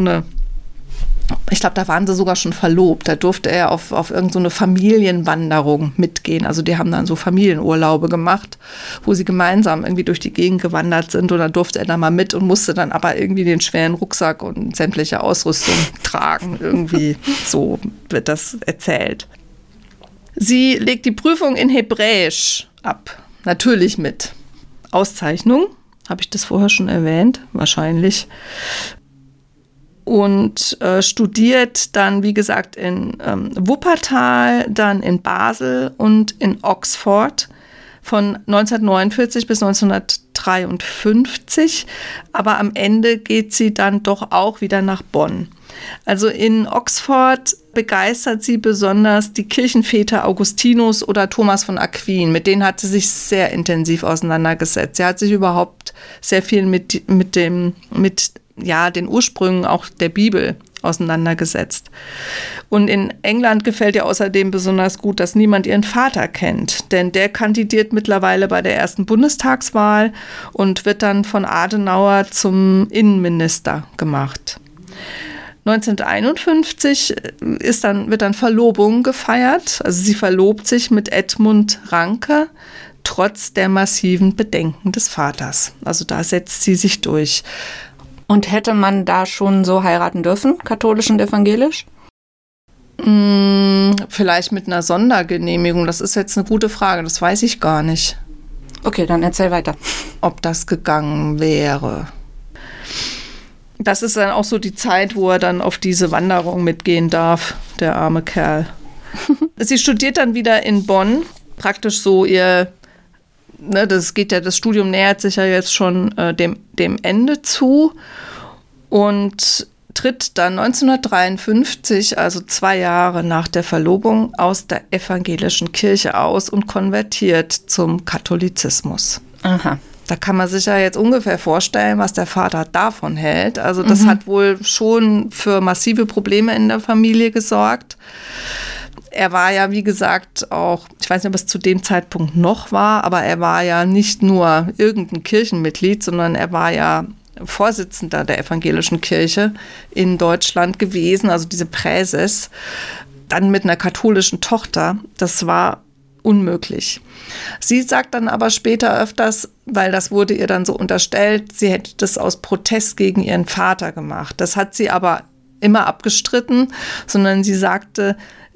ich glaube, da waren sie sogar schon verlobt. Da durfte er auf irgendeine Familienwanderung mitgehen. Also die haben dann so Familienurlaube gemacht, wo sie gemeinsam irgendwie durch die Gegend gewandert sind. Und da durfte er dann mal mit und musste dann aber irgendwie den schweren Rucksack und sämtliche Ausrüstung tragen. Irgendwie so wird das erzählt. Sie legt die Prüfung in Hebräisch ab. Natürlich mit Auszeichnung. Habe ich das vorher schon erwähnt? Wahrscheinlich. Und studiert dann, wie gesagt, in Wuppertal, dann in Basel und in Oxford von 1949 bis 1953. Aber am Ende geht sie dann doch auch wieder nach Bonn. Also in Oxford begeistert sie besonders die Kirchenväter Augustinus oder Thomas von Aquin. Mit denen hat sie sich sehr intensiv auseinandergesetzt. Sie hat sich überhaupt sehr viel mit den Ursprüngen auch der Bibel auseinandergesetzt. Und in England gefällt ihr außerdem besonders gut, dass niemand ihren Vater kennt. Denn der kandidiert mittlerweile bei der ersten Bundestagswahl und wird dann von Adenauer zum Innenminister gemacht. 1951 wird dann Verlobung gefeiert. Also sie verlobt sich mit Edmund Ranke, trotz der massiven Bedenken des Vaters. Also da setzt sie sich durch. Und hätte man da schon so heiraten dürfen, katholisch und evangelisch? Vielleicht mit einer Sondergenehmigung. Das ist jetzt eine gute Frage, das weiß ich gar nicht. Okay, dann erzähl weiter. Ob das gegangen wäre. Das ist dann auch so die Zeit, wo er dann auf diese Wanderung mitgehen darf, der arme Kerl. Sie studiert dann wieder in Bonn, praktisch so das Studium nähert sich ja jetzt schon dem Ende zu und tritt dann 1953, also 2 Jahre nach der Verlobung, aus der evangelischen Kirche aus und konvertiert zum Katholizismus. Aha. Da kann man sich ja jetzt ungefähr vorstellen, was der Vater davon hält. Also das hat wohl schon für massive Probleme in der Familie gesorgt. Er war ja, wie gesagt, auch, ich weiß nicht, ob es zu dem Zeitpunkt noch war, aber er war ja nicht nur irgendein Kirchenmitglied, sondern er war ja Vorsitzender der evangelischen Kirche in Deutschland gewesen, also diese Präses, dann mit einer katholischen Tochter. Das war unmöglich. Sie sagt dann aber später öfters, weil das wurde ihr dann so unterstellt, sie hätte das aus Protest gegen ihren Vater gemacht. Das hat sie aber immer abgestritten, sondern sie sagte,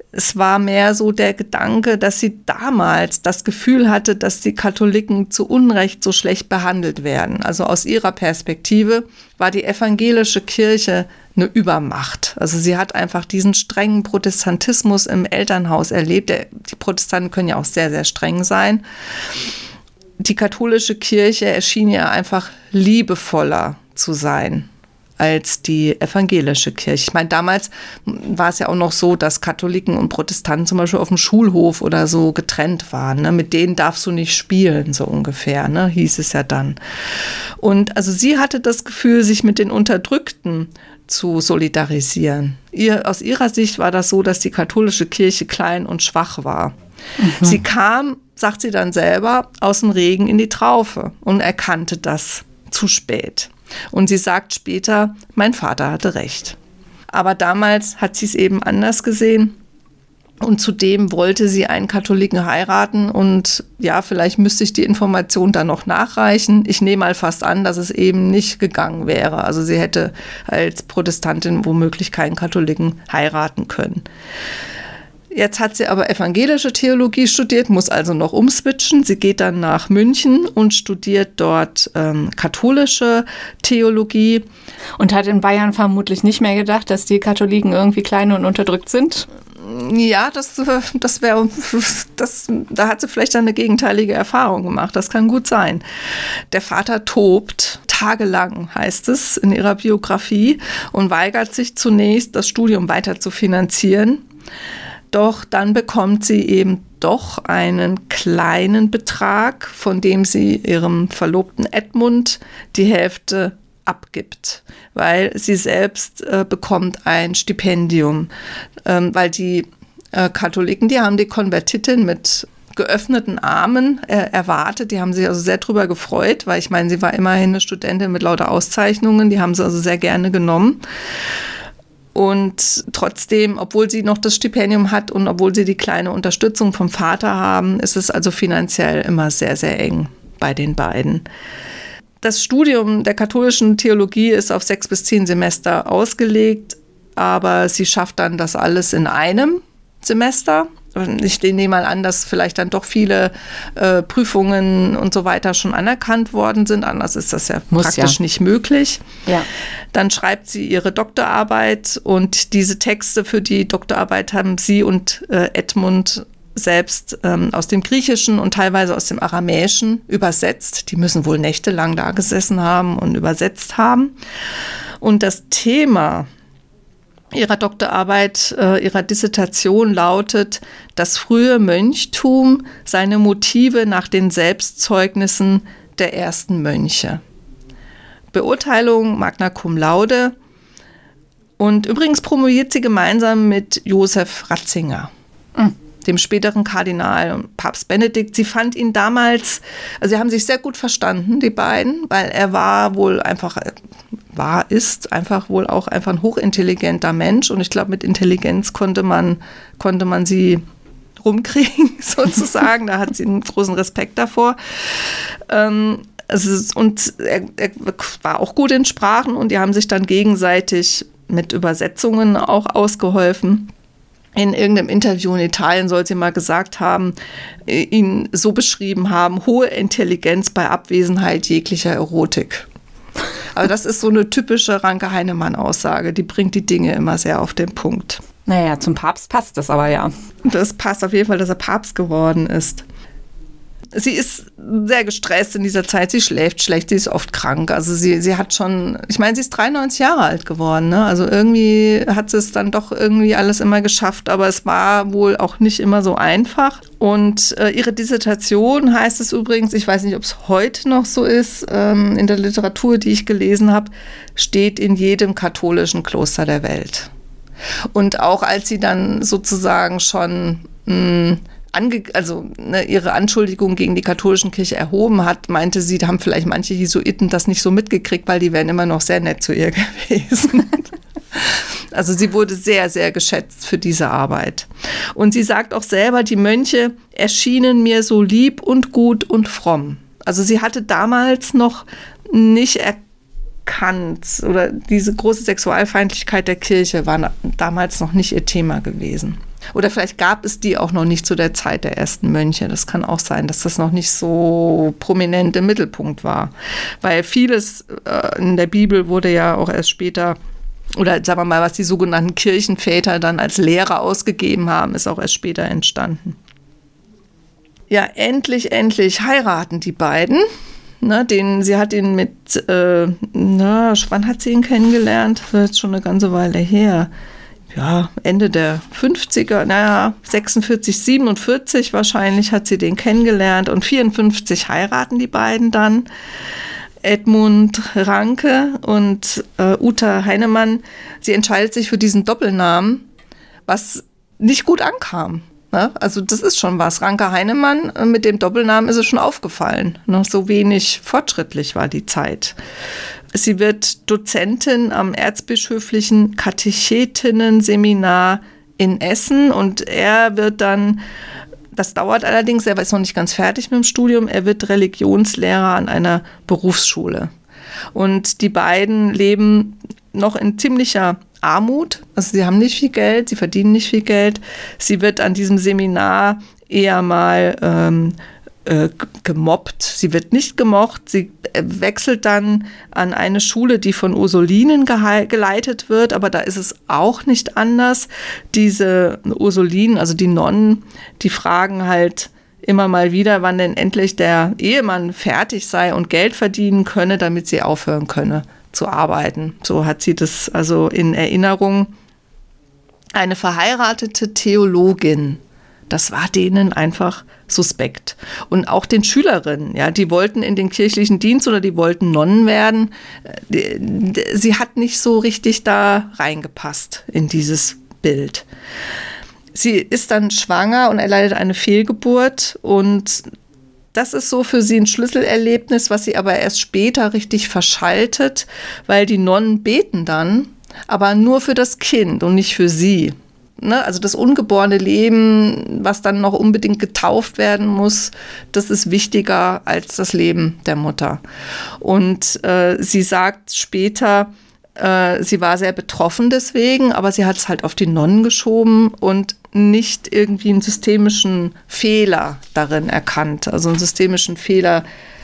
Es war mehr so der Gedanke, dass sie damals das Gefühl hatte, dass die Katholiken zu Unrecht so schlecht behandelt werden. Also aus ihrer Perspektive war die evangelische Kirche eine Übermacht. Also sie hat einfach diesen strengen Protestantismus im Elternhaus erlebt. Die Protestanten können ja auch sehr, sehr streng sein. Die katholische Kirche erschien ja einfach liebevoller zu sein als die evangelische Kirche. Ich meine, damals war es ja auch noch so, dass Katholiken und Protestanten zum Beispiel auf dem Schulhof oder so getrennt waren. Ne? Mit denen darfst du nicht spielen, so ungefähr, ne? Hieß es ja dann. Und also sie hatte das Gefühl, sich mit den Unterdrückten zu solidarisieren. Aus ihrer Sicht war das so, dass die katholische Kirche klein und schwach war. Sie kam, sagt sie dann selber, aus dem Regen in die Traufe und erkannte das zu spät. Und sie sagt später, mein Vater hatte recht. Aber damals hat sie es eben anders gesehen. Und zudem wollte sie einen Katholiken heiraten. Und ja, vielleicht müsste ich die Information dann noch nachreichen. Ich nehme mal fast an, dass es eben nicht gegangen wäre. Also sie hätte als Protestantin womöglich keinen Katholiken heiraten können. Jetzt hat sie aber evangelische Theologie studiert, muss also noch umswitchen. Sie geht dann nach München und studiert dort katholische Theologie. Und hat in Bayern vermutlich nicht mehr gedacht, dass die Katholiken irgendwie klein und unterdrückt sind? Ja, da hat sie vielleicht eine gegenteilige Erfahrung gemacht. Das kann gut sein. Der Vater tobt tagelang, heißt es in ihrer Biografie, und weigert sich zunächst, das Studium weiter zu finanzieren. Doch dann bekommt sie eben doch einen kleinen Betrag, von dem sie ihrem Verlobten Edmund die Hälfte abgibt, weil sie selbst bekommt ein Stipendium, weil die Katholiken, die haben die Konvertitin mit geöffneten Armen erwartet. Die haben sich also sehr drüber gefreut, weil ich meine, sie war immerhin eine Studentin mit lauter Auszeichnungen, die haben sie also sehr gerne genommen. Und trotzdem, obwohl sie noch das Stipendium hat und obwohl sie die kleine Unterstützung vom Vater haben, ist es also finanziell immer sehr, sehr eng bei den beiden. Das Studium der katholischen Theologie ist auf 6 bis 10 Semester ausgelegt, aber sie schafft dann das alles in einem Semester. Ich nehme mal an, dass vielleicht dann doch viele Prüfungen und so weiter schon anerkannt worden sind. Anders ist das ja praktisch nicht möglich. Ja. Dann schreibt sie ihre Doktorarbeit und diese Texte für die Doktorarbeit haben sie und Edmund selbst aus dem Griechischen und teilweise aus dem Aramäischen übersetzt. Die müssen wohl nächtelang da gesessen haben und übersetzt haben. Und das Thema ihrer Doktorarbeit, ihrer Dissertation lautet: Das frühe Mönchtum, seine Motive nach den Selbstzeugnissen der ersten Mönche. Beurteilung Magna Cum Laude. Und übrigens promoviert sie gemeinsam mit Josef Ratzinger, dem späteren Kardinal und Papst Benedikt. Sie fand ihn damals, also sie haben sich sehr gut verstanden, die beiden, weil er ist einfach wohl auch einfach ein hochintelligenter Mensch, und ich glaube, mit Intelligenz konnte man sie rumkriegen, sozusagen. Da hat sie einen großen Respekt davor. Und er war auch gut in Sprachen, und die haben sich dann gegenseitig mit Übersetzungen auch ausgeholfen. In irgendeinem Interview in Italien soll sie mal gesagt haben, ihn so beschrieben haben: hohe Intelligenz bei Abwesenheit jeglicher Erotik. Aber das ist so eine typische Ranke-Heinemann-Aussage. Die bringt die Dinge immer sehr auf den Punkt. Naja, zum Papst passt das aber ja. Das passt auf jeden Fall, dass er Papst geworden ist. Sie ist sehr gestresst in dieser Zeit. Sie schläft schlecht, sie ist oft krank. Also sie hat schon, ich meine, sie ist 93 Jahre alt geworden, ne? Also irgendwie hat sie es dann doch irgendwie alles immer geschafft. Aber es war wohl auch nicht immer so einfach. Und ihre Dissertation, heißt es übrigens, ich weiß nicht, ob es heute noch so ist, in der Literatur, die ich gelesen habe, steht in jedem katholischen Kloster der Welt. Und auch als sie dann sozusagen schon ihre Anschuldigung gegen die katholische Kirche erhoben hat, meinte sie, da haben vielleicht manche Jesuiten das nicht so mitgekriegt, weil die wären immer noch sehr nett zu ihr gewesen. Also sie wurde sehr, sehr geschätzt für diese Arbeit. Und sie sagt auch selber, die Mönche erschienen mir so lieb und gut und fromm. Also sie hatte damals noch nicht erkannt, oder diese große Sexualfeindlichkeit der Kirche war damals noch nicht ihr Thema gewesen. Oder vielleicht gab es die auch noch nicht zu der Zeit der ersten Mönche. Das kann auch sein, dass das noch nicht so prominent im Mittelpunkt war. Weil vieles in der Bibel wurde ja auch erst später, oder sagen wir mal, was die sogenannten Kirchenväter dann als Lehre ausgegeben haben, ist auch erst später entstanden. Ja, endlich heiraten die beiden. Sie hat ihn mit, wann hat sie ihn kennengelernt? Das ist jetzt schon eine ganze Weile her. Ja, Ende der 50er, 46, 47 wahrscheinlich hat sie den kennengelernt und 54 heiraten die beiden dann. Edmund Ranke und Uta Heinemann. Sie entscheidet sich für diesen Doppelnamen, was nicht gut ankam. Ne? Also das ist schon was. Ranke Heinemann, mit dem Doppelnamen ist es schon aufgefallen. Ne? So wenig fortschrittlich war die Zeit. Sie wird Dozentin am Erzbischöflichen Katechetinnen-Seminar in Essen und er wird dann, das dauert allerdings, er ist noch nicht ganz fertig mit dem Studium, er wird Religionslehrer an einer Berufsschule. Und die beiden leben noch in ziemlicher Armut, also sie haben nicht viel Geld, sie verdienen nicht viel Geld. Sie wird an diesem Seminar eher mal gemobbt. Sie wird nicht gemocht. Sie wechselt dann an eine Schule, die von Ursulinen geleitet wird, aber da ist es auch nicht anders. Diese Ursulinen, also die Nonnen, die fragen halt immer mal wieder, wann denn endlich der Ehemann fertig sei und Geld verdienen könne, damit sie aufhören könne zu arbeiten. So hat sie das also in Erinnerung. Eine verheiratete Theologin, das war denen einfach suspekt. Und auch den Schülerinnen, ja, die wollten in den kirchlichen Dienst oder die wollten Nonnen werden. Sie hat nicht so richtig da reingepasst in dieses Bild. Sie ist dann schwanger und erleidet eine Fehlgeburt und das ist so für sie ein Schlüsselerlebnis, was sie aber erst später richtig verschaltet, weil die Nonnen beten dann, aber nur für das Kind und nicht für sie. Ne? Also das ungeborene Leben, was dann noch unbedingt getauft werden muss, das ist wichtiger als das Leben der Mutter. Und sie sagt später, sie war sehr betroffen deswegen, aber sie hat es halt auf die Nonnen geschoben und nicht irgendwie einen systemischen Fehler darin erkannt. Also einen systemischen Fehler,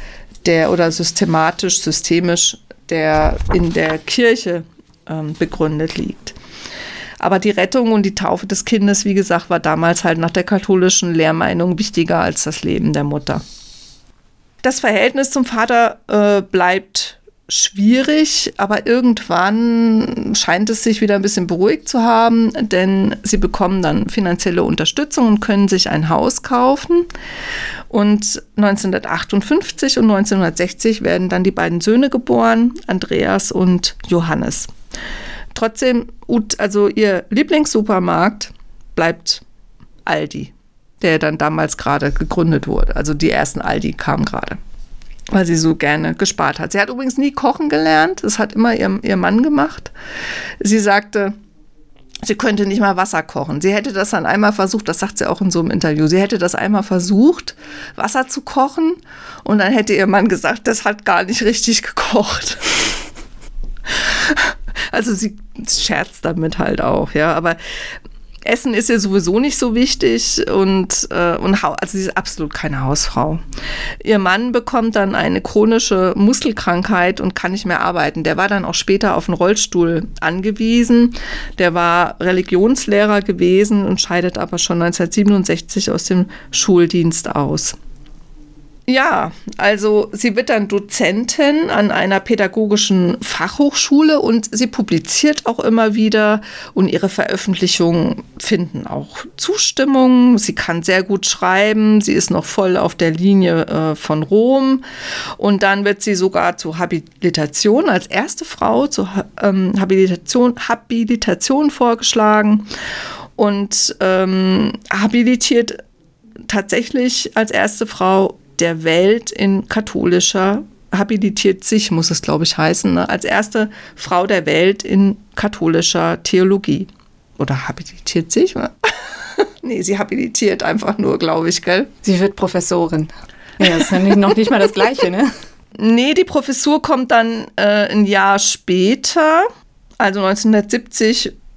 systemisch, der in der Kirche begründet liegt. Aber die Rettung und die Taufe des Kindes, wie gesagt, war damals halt nach der katholischen Lehrmeinung wichtiger als das Leben der Mutter. Das Verhältnis zum Vater bleibt schwierig, aber irgendwann scheint es sich wieder ein bisschen beruhigt zu haben, denn sie bekommen dann finanzielle Unterstützung und können sich ein Haus kaufen. Und 1958 und 1960 werden dann die beiden Söhne geboren, Andreas und Johannes. Trotzdem, also ihr Lieblingssupermarkt bleibt Aldi, der dann damals gerade gegründet wurde. Also die ersten Aldi kamen gerade, weil sie so gerne gespart hat. Sie hat übrigens nie kochen gelernt, das hat immer ihr Mann gemacht. Sie sagte, sie könnte nicht mal Wasser kochen. Sie hätte das dann einmal versucht, das sagt sie auch in so einem Interview, sie hätte das einmal versucht, Wasser zu kochen und dann hätte ihr Mann gesagt, das hat gar nicht richtig gekocht. Also sie scherzt damit halt auch, ja, aber Essen ist ihr sowieso nicht so wichtig und also sie ist absolut keine Hausfrau. Ihr Mann bekommt dann eine chronische Muskelkrankheit und kann nicht mehr arbeiten. Der war dann auch später auf einen Rollstuhl angewiesen. Der war Religionslehrer gewesen und scheidet aber schon 1967 aus dem Schuldienst aus. Ja, also sie wird dann Dozentin an einer pädagogischen Fachhochschule und sie publiziert auch immer wieder und ihre Veröffentlichungen finden auch Zustimmung. Sie kann sehr gut schreiben, sie ist noch voll auf der Linie von Rom und dann wird sie sogar zur Habilitation als erste Frau zur Habilitation vorgeschlagen und habilitiert tatsächlich als erste Frau der Welt in katholischer, habilitiert sich, muss es glaube ich heißen, ne, als erste Frau der Welt in katholischer Theologie. Oder habilitiert sich? Oder? Nee, sie habilitiert einfach nur, glaube ich, gell? Sie wird Professorin. Ja, das ist ja noch nicht mal das Gleiche, ne? Nee, die Professur kommt dann ein Jahr später, also 1970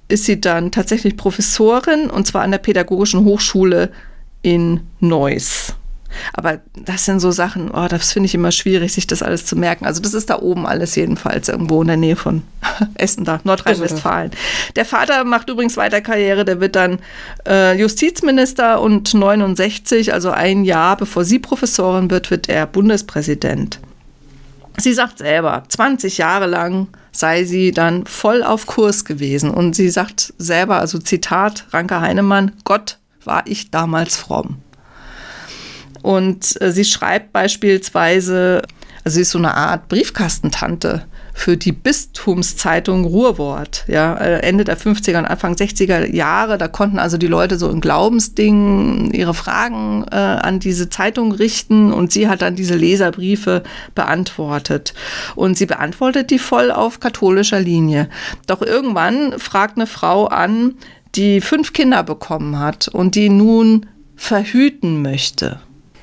ist sie dann tatsächlich Professorin, und zwar an der Pädagogischen Hochschule in Neuss. Aber das sind so Sachen, das finde ich immer schwierig, sich das alles zu merken. Also das ist da oben alles jedenfalls, irgendwo in der Nähe von Essen, da Nordrhein-Westfalen. Der Vater macht übrigens weiter Karriere, der wird dann Justizminister, und 69, also ein Jahr bevor sie Professorin wird er Bundespräsident. Sie sagt selber, 20 Jahre lang sei sie dann voll auf Kurs gewesen. Und sie sagt selber, also Zitat Ranke Heinemann, Gott, war ich damals fromm. Und sie schreibt beispielsweise, also sie ist so eine Art Briefkastentante für die Bistumszeitung Ruhrwort. Ja, Ende der 50er und Anfang 60er Jahre, da konnten also die Leute so in Glaubensdingen ihre Fragen an diese Zeitung richten, und sie hat dann diese Leserbriefe beantwortet. Und sie beantwortet die voll auf katholischer Linie. Doch irgendwann fragt eine Frau an, die 5 Kinder bekommen hat und die nun verhüten möchte.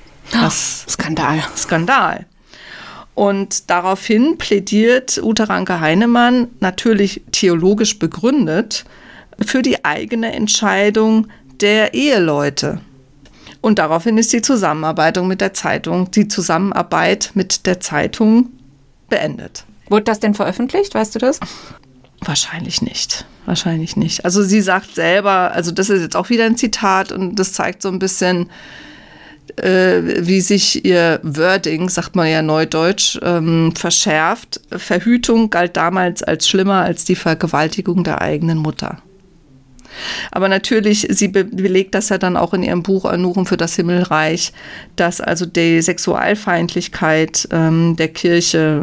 Skandal. Und daraufhin plädiert Ute Ranke Heinemann, natürlich theologisch begründet, für die eigene Entscheidung der Eheleute. Und daraufhin ist die Zusammenarbeit mit der Zeitung beendet. Wurde das denn veröffentlicht, weißt du das? Wahrscheinlich nicht. Also sie sagt selber, also das ist jetzt auch wieder ein Zitat, und das zeigt so ein bisschen, wie sich ihr Wording, sagt man ja neudeutsch, verschärft. Verhütung galt damals als schlimmer als die Vergewaltigung der eigenen Mutter. Aber natürlich, sie belegt das ja dann auch in ihrem Buch Eunuchen für das Himmelreich, dass also die Sexualfeindlichkeit der Kirche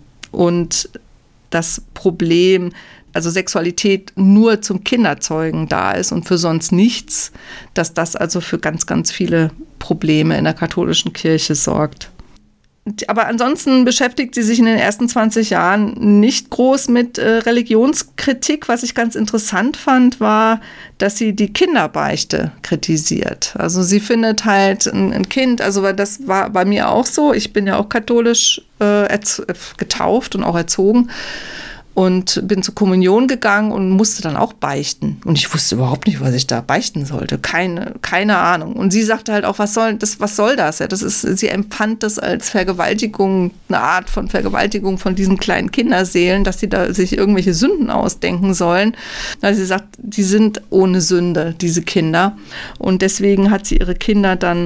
und das Problem, also Sexualität nur zum Kinderzeugen da ist und für sonst nichts, dass das also für ganz, ganz viele Probleme in der katholischen Kirche sorgt. Aber ansonsten beschäftigt sie sich in den ersten 20 Jahren nicht groß mit Religionskritik. Was ich ganz interessant fand, war, dass sie die Kinderbeichte kritisiert. Also sie findet halt ein Kind, also das war bei mir auch so, ich bin ja auch katholisch getauft und auch erzogen. Und bin zur Kommunion gegangen und musste dann auch beichten. Und ich wusste überhaupt nicht, was ich da beichten sollte. Keine Ahnung. Und sie sagte halt auch, was soll das? Ja, sie empfand das als Vergewaltigung, eine Art von Vergewaltigung von diesen kleinen Kinderseelen, dass sie da sich irgendwelche Sünden ausdenken sollen. Also sie sagt, die sind ohne Sünde, diese Kinder. Und deswegen hat sie ihre Kinder dann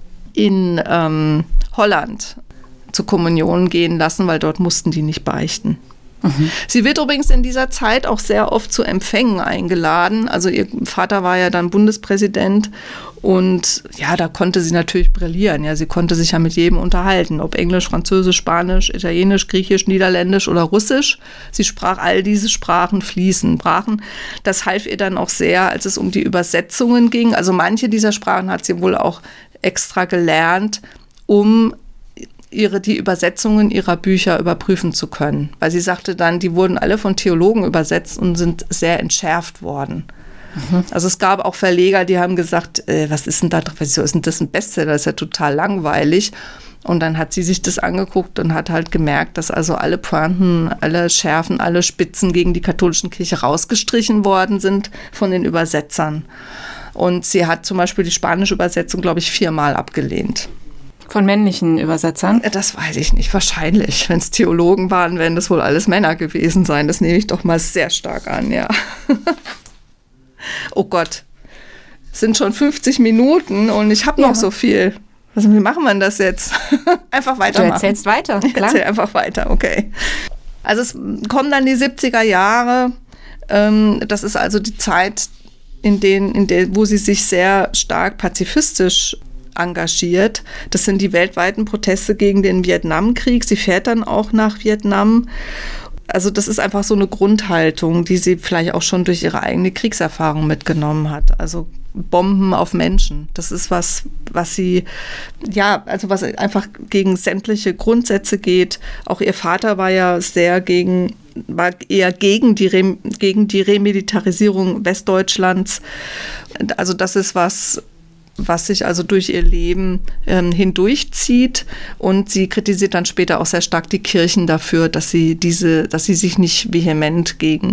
in Holland zur Kommunion gehen lassen, weil dort mussten die nicht beichten. Mhm. Sie wird übrigens in dieser Zeit auch sehr oft zu Empfängen eingeladen. Also ihr Vater war ja dann Bundespräsident, und ja, da konnte sie natürlich brillieren. Ja, sie konnte sich ja mit jedem unterhalten, ob Englisch, Französisch, Spanisch, Italienisch, Griechisch, Niederländisch oder Russisch. Sie sprach all diese Sprachen fließend. Das half ihr dann auch sehr, als es um die Übersetzungen ging. Also manche dieser Sprachen hat sie wohl auch extra gelernt, um die Übersetzungen ihrer Bücher überprüfen zu können. Weil sie sagte dann, die wurden alle von Theologen übersetzt und sind sehr entschärft worden. Mhm. Also es gab auch Verleger, die haben gesagt, was ist denn das ein Bestseller? Das ist ja total langweilig. Und dann hat sie sich das angeguckt und hat halt gemerkt, dass also alle Pointen, alle Schärfen, alle Spitzen gegen die katholische Kirche rausgestrichen worden sind von den Übersetzern. Und sie hat zum Beispiel die spanische Übersetzung, glaube ich, 4-mal abgelehnt. Von männlichen Übersetzern? Das weiß ich nicht. Wahrscheinlich. Wenn es Theologen waren, werden das wohl alles Männer gewesen sein. Das nehme ich doch mal sehr stark an, ja. Oh Gott. Es sind schon 50 Minuten und ich habe noch so viel. Wie machen wir denn das jetzt? Einfach weitermachen. Du erzählst weiter, klar. Erzähl einfach weiter, okay. Also es kommen dann die 70er Jahre. Das ist also die Zeit, wo sie sich sehr stark pazifistisch engagiert. Das sind die weltweiten Proteste gegen den Vietnamkrieg. Sie fährt dann auch nach Vietnam. Also das ist einfach so eine Grundhaltung, die sie vielleicht auch schon durch ihre eigene Kriegserfahrung mitgenommen hat. Also Bomben auf Menschen. Das ist was sie, ja, also was einfach gegen sämtliche Grundsätze geht. Auch ihr Vater war ja war eher gegen die Remilitarisierung Westdeutschlands. Also das ist was sich also durch ihr Leben hindurchzieht, und sie kritisiert dann später auch sehr stark die Kirchen dafür, dass sie sich nicht vehement gegen Krieg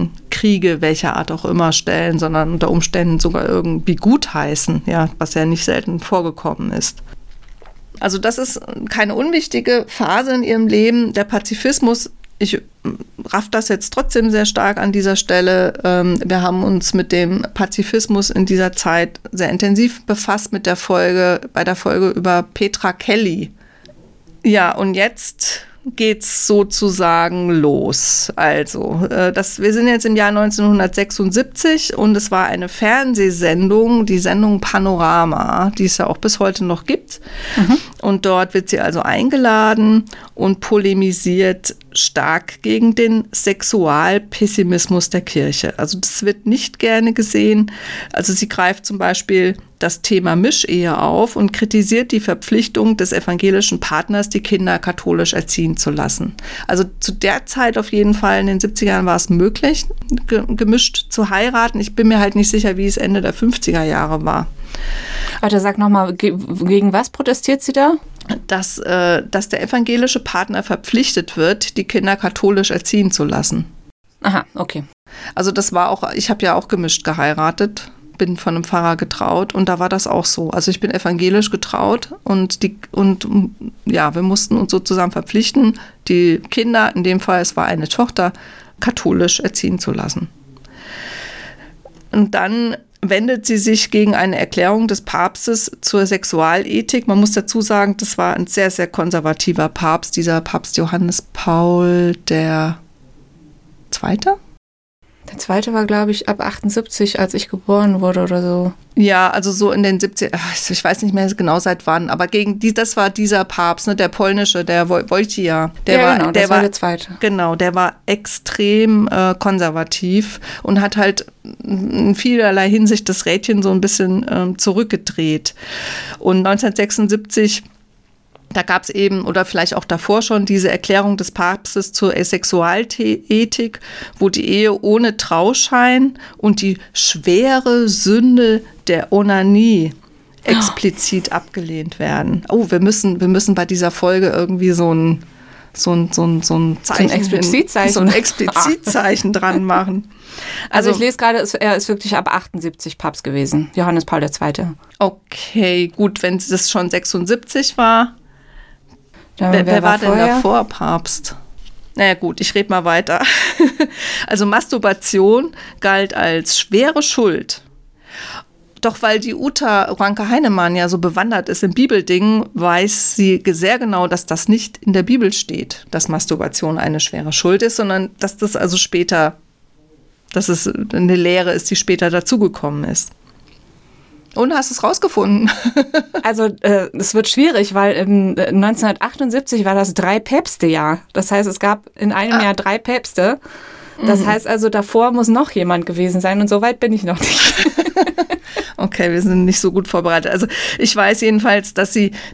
Kriege welcher Art auch immer stellen, sondern unter Umständen sogar irgendwie gutheißen, ja, was ja nicht selten vorgekommen ist. Also das ist keine unwichtige Phase in ihrem Leben. Der Pazifismus, ich raff das jetzt trotzdem sehr stark an dieser Stelle. Wir haben uns mit dem Pazifismus in dieser Zeit sehr intensiv befasst bei der Folge über Petra Kelly. Ja, und jetzt geht's sozusagen los. Also, wir sind jetzt im Jahr 1976 und es war eine Fernsehsendung, die Sendung Panorama, die es ja auch bis heute noch gibt. Mhm. Und dort wird sie also eingeladen und polemisiert stark gegen den Sexualpessimismus der Kirche. Also das wird nicht gerne gesehen. Also sie greift zum Beispiel das Thema Mischehe auf und kritisiert die Verpflichtung des evangelischen Partners, die Kinder katholisch erziehen zu lassen. Also zu der Zeit auf jeden Fall, in den 70ern war es möglich, gemischt zu heiraten. Ich bin mir halt nicht sicher, wie es Ende der 50er Jahre war. Warte, sag nochmal, gegen was protestiert sie da? Dass der evangelische Partner verpflichtet wird, die Kinder katholisch erziehen zu lassen. Aha, okay. Also das war auch, ich habe ja auch gemischt geheiratet, bin von einem Pfarrer getraut und da war das auch so. Also ich bin evangelisch getraut und wir mussten uns sozusagen verpflichten, die Kinder, in dem Fall es war eine Tochter, katholisch erziehen zu lassen. Und dann wendet sie sich gegen eine Erklärung des Papstes zur Sexualethik. Man muss dazu sagen, das war ein sehr, sehr konservativer Papst, dieser Papst Johannes Paul II. Der zweite war, glaube ich, ab 78, als ich geboren wurde oder so. Ja, also so in den 70, ich weiß nicht mehr genau seit wann, aber das war dieser Papst, ne, der polnische, der Wojtyła. Das war der zweite. Genau, der war extrem konservativ und hat halt in vielerlei Hinsicht das Rädchen so ein bisschen zurückgedreht. Und 1976 da gab es eben, oder vielleicht auch davor schon, diese Erklärung des Papstes zur Sexualethik, wo die Ehe ohne Trauschein und die schwere Sünde der Onanie explizit abgelehnt werden. Oh, wir müssen bei dieser Folge irgendwie so ein Explizitzeichen dran machen. Also ich lese gerade, er ist wirklich ab 78 Papst gewesen, Johannes Paul II. Okay, gut, wenn das schon 76 war. Wer war denn davor Papst? Naja gut, ich rede mal weiter. Also Masturbation galt als schwere Schuld. Doch weil die Uta Ranke-Heinemann ja so bewandert ist in Bibeldingen, weiß sie sehr genau, dass das nicht in der Bibel steht, dass Masturbation eine schwere Schuld ist, sondern dass das also später, dass es eine Lehre ist, die später dazugekommen ist. Und hast du es rausgefunden? Also es wird schwierig, weil 1978 war das 3-Päpste-Jahr. Das heißt, es gab in einem Jahr 3 Päpste. Das heißt also, davor muss noch jemand gewesen sein und so weit bin ich noch nicht. Okay, wir sind nicht so gut vorbereitet. Also ich weiß jedenfalls, dass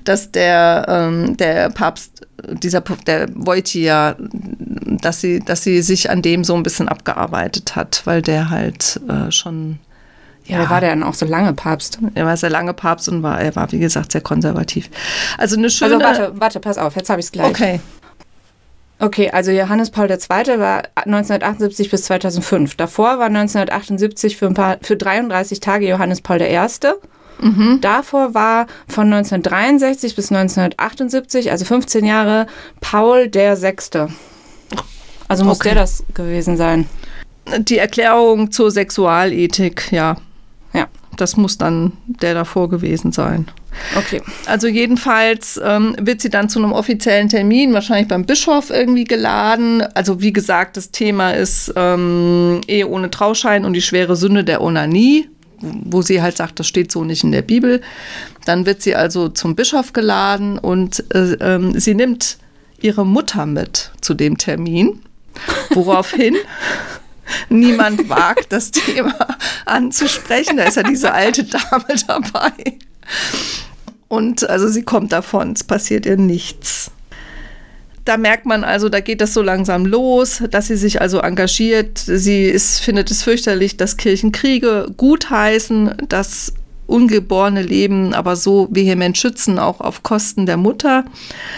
der Papst, der Wojtyła, dass sie sich an dem so ein bisschen abgearbeitet hat, weil der halt schon... Ja, war der dann auch so lange Papst? Er war sehr lange Papst und er war, wie gesagt, sehr konservativ. Also eine schöne... Also warte, pass auf, jetzt habe ich es gleich. Okay, also Johannes Paul II. War 1978 bis 2005. Davor war 1978 für 33 Tage Johannes Paul I. Mhm. Davor war von 1963 bis 1978, also 15 Jahre, Paul VI. Also muss der das gewesen sein. Die Erklärung zur Sexualethik, ja. Das muss dann der davor gewesen sein. Okay. Also jedenfalls wird sie dann zu einem offiziellen Termin, wahrscheinlich beim Bischof irgendwie geladen. Also wie gesagt, das Thema ist Ehe ohne Trauschein und die schwere Sünde der Onanie, wo sie halt sagt, das steht so nicht in der Bibel. Dann wird sie also zum Bischof geladen und sie nimmt ihre Mutter mit zu dem Termin, woraufhin... Niemand wagt, das Thema anzusprechen. Da ist ja diese alte Dame dabei. Und also sie kommt davon, es passiert ihr nichts. Da merkt man also, da geht das so langsam los, dass sie sich also engagiert. Sie findet es fürchterlich, dass Kirchen Kriege gutheißen, das ungeborene Leben aber so vehement schützen, auch auf Kosten der Mutter.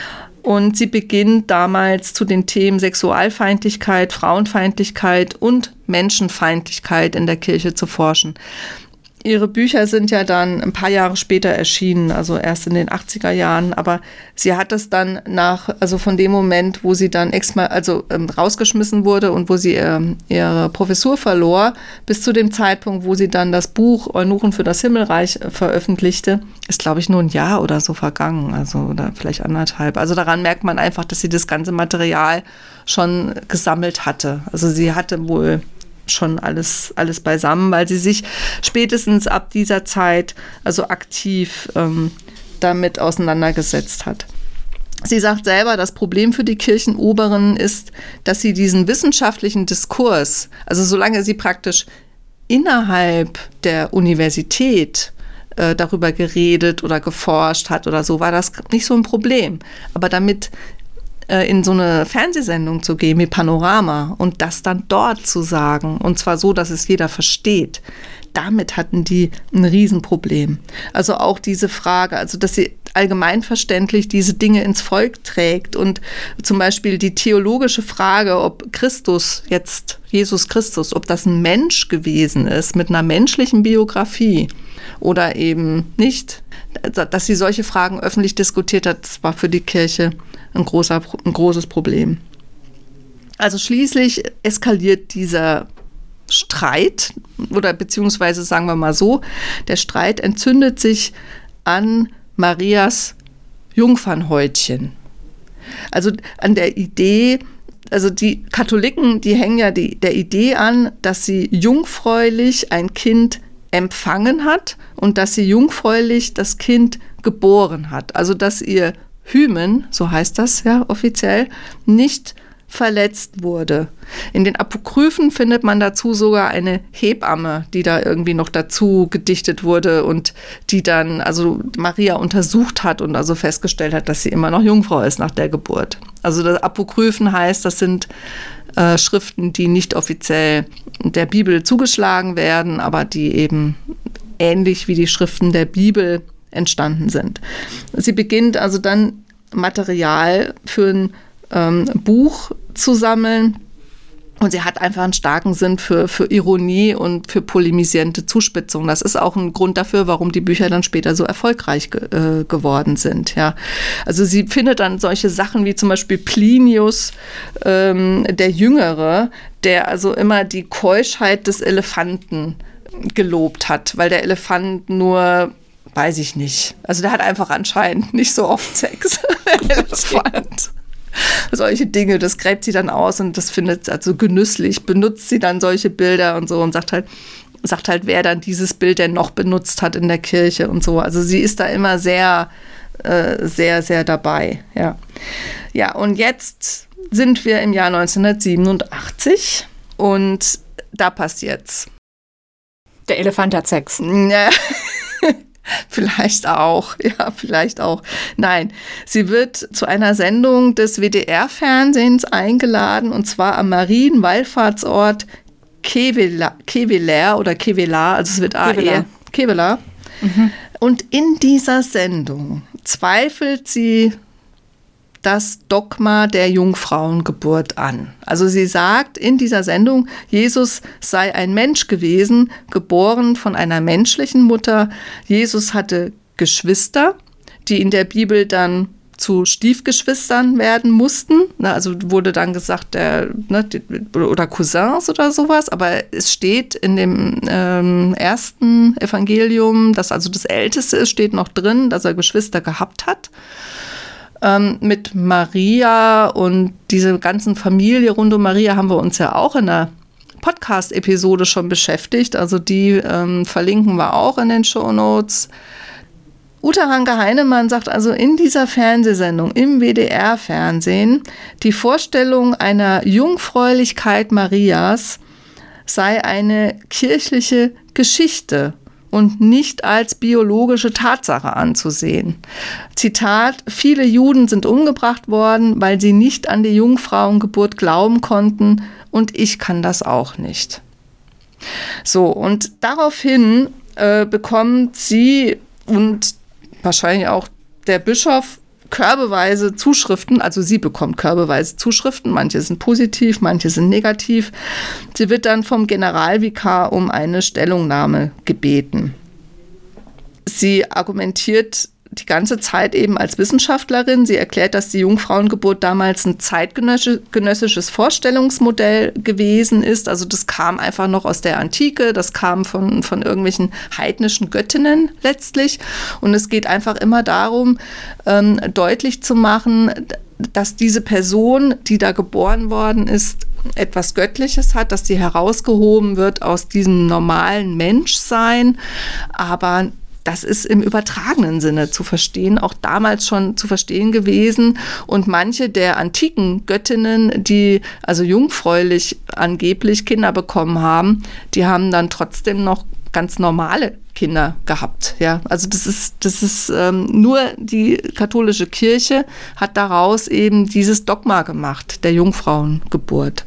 Und sie beginnt damals zu den Themen Sexualfeindlichkeit, Frauenfeindlichkeit und Menschenfeindlichkeit in der Kirche zu forschen. Ihre Bücher sind ja dann ein paar Jahre später erschienen, also erst in den 80er Jahren, aber sie hat es dann also von dem Moment, wo sie dann rausgeschmissen wurde und wo sie ihre Professur verlor, bis zu dem Zeitpunkt, wo sie dann das Buch Eunuchen für das Himmelreich veröffentlichte, ist, glaube ich, nur ein Jahr oder so vergangen, oder vielleicht 1,5. Also daran merkt man einfach, dass sie das ganze Material schon gesammelt hatte. Also sie hatte wohl schon alles beisammen, weil sie sich spätestens ab dieser Zeit also aktiv damit auseinandergesetzt hat. Sie sagt selber, das Problem für die Kirchenoberen ist, dass sie diesen wissenschaftlichen Diskurs, also solange sie praktisch innerhalb der Universität darüber geredet oder geforscht hat oder so, war das nicht so ein Problem. Aber damit in so eine Fernsehsendung zu gehen wie Panorama und das dann dort zu sagen, und zwar so, dass es jeder versteht, damit hatten die ein Riesenproblem. Also auch diese Frage, also dass sie allgemeinverständlich diese Dinge ins Volk trägt und zum Beispiel die theologische Frage, ob Jesus Christus, ob das ein Mensch gewesen ist mit einer menschlichen Biografie oder eben nicht, dass sie solche Fragen öffentlich diskutiert hat, das war für die Kirche ein großes Problem. Also schließlich eskaliert dieser Streit oder beziehungsweise sagen wir mal so, der Streit entzündet sich an Marias Jungfernhäutchen. Also an der Idee, also die Katholiken, die hängen ja der Idee an, dass sie jungfräulich ein Kind empfangen hat und dass sie jungfräulich das Kind geboren hat. Also dass ihr Hymen, so heißt das ja offiziell, nicht verletzt wurde. In den Apokryphen findet man dazu sogar eine Hebamme, die da irgendwie noch dazu gedichtet wurde und die dann also Maria untersucht hat und also festgestellt hat, dass sie immer noch Jungfrau ist nach der Geburt. Also das Apokryphen heißt, das sind Schriften, die nicht offiziell der Bibel zugeschlagen werden, aber die eben ähnlich wie die Schriften der Bibel entstanden sind. Sie beginnt also dann Material für ein Buch zu sammeln und sie hat einfach einen starken Sinn für Ironie und für polemisierende Zuspitzung. Das ist auch ein Grund dafür, warum die Bücher dann später so erfolgreich geworden sind. Ja. Also sie findet dann solche Sachen wie zum Beispiel Plinius, der Jüngere, der also immer die Keuschheit des Elefanten gelobt hat, weil der Elefant nur, weiß ich nicht, also der hat einfach anscheinend nicht so oft Sex, der Elefant. Solche Dinge, das gräbt sie dann aus und das findet also genüsslich, benutzt sie dann solche Bilder und so und sagt halt, wer dann dieses Bild denn noch benutzt hat in der Kirche und so. Also sie ist da immer sehr, sehr dabei. Ja, ja, und jetzt sind wir im Jahr 1987 und da passiert's. Der Elefant hat Sex. Ja. Vielleicht auch, ja, vielleicht auch. Nein, sie wird zu einer Sendung des WDR-Fernsehens eingeladen und zwar am Marienwallfahrtsort Kevelaer oder Kevelaer, also es wird Kevelaer. Mhm. Und in dieser Sendung zweifelt sie das Dogma der Jungfrauengeburt an. Also sie sagt in dieser Sendung, Jesus sei ein Mensch gewesen, geboren von einer menschlichen Mutter. Jesus hatte Geschwister, die in der Bibel dann zu Stiefgeschwistern werden mussten. Also wurde dann gesagt, oder Cousins oder sowas. Aber es steht in dem ersten Evangelium, das also das Älteste ist, steht noch drin, dass er Geschwister gehabt hat. Mit Maria und diese ganzen Familie rund um Maria haben wir uns ja auch in der Podcast-Episode schon beschäftigt. Also die verlinken wir auch in den Shownotes. Uta Ranke-Heinemann sagt also in dieser Fernsehsendung, im WDR-Fernsehen, die Vorstellung einer Jungfräulichkeit Marias sei eine kirchliche Geschichte und nicht als biologische Tatsache anzusehen. Zitat, viele Juden sind umgebracht worden, weil sie nicht an die Jungfrauengeburt glauben konnten und ich kann das auch nicht. So, und daraufhin bekommt sie und wahrscheinlich auch der Bischof körbeweise Zuschriften, also sie bekommt körbeweise Zuschriften, manche sind positiv, manche sind negativ. Sie wird dann vom Generalvikar um eine Stellungnahme gebeten. Sie argumentiert die ganze Zeit eben als Wissenschaftlerin. Sie erklärt, dass die Jungfrauengeburt damals ein zeitgenössisches Vorstellungsmodell gewesen ist. Also das kam einfach noch aus der Antike, das kam von irgendwelchen heidnischen Göttinnen letztlich. Und es geht einfach immer darum, deutlich zu machen, dass diese Person, die da geboren worden ist, etwas Göttliches hat, dass sie herausgehoben wird aus diesem normalen Menschsein, aber das ist im übertragenen Sinne zu verstehen, auch damals schon zu verstehen gewesen. Und manche der antiken Göttinnen, die also jungfräulich angeblich Kinder bekommen haben, die haben dann trotzdem noch ganz normale Kinder gehabt. Ja, also das ist nur die katholische Kirche hat daraus eben dieses Dogma gemacht, der Jungfrauengeburt.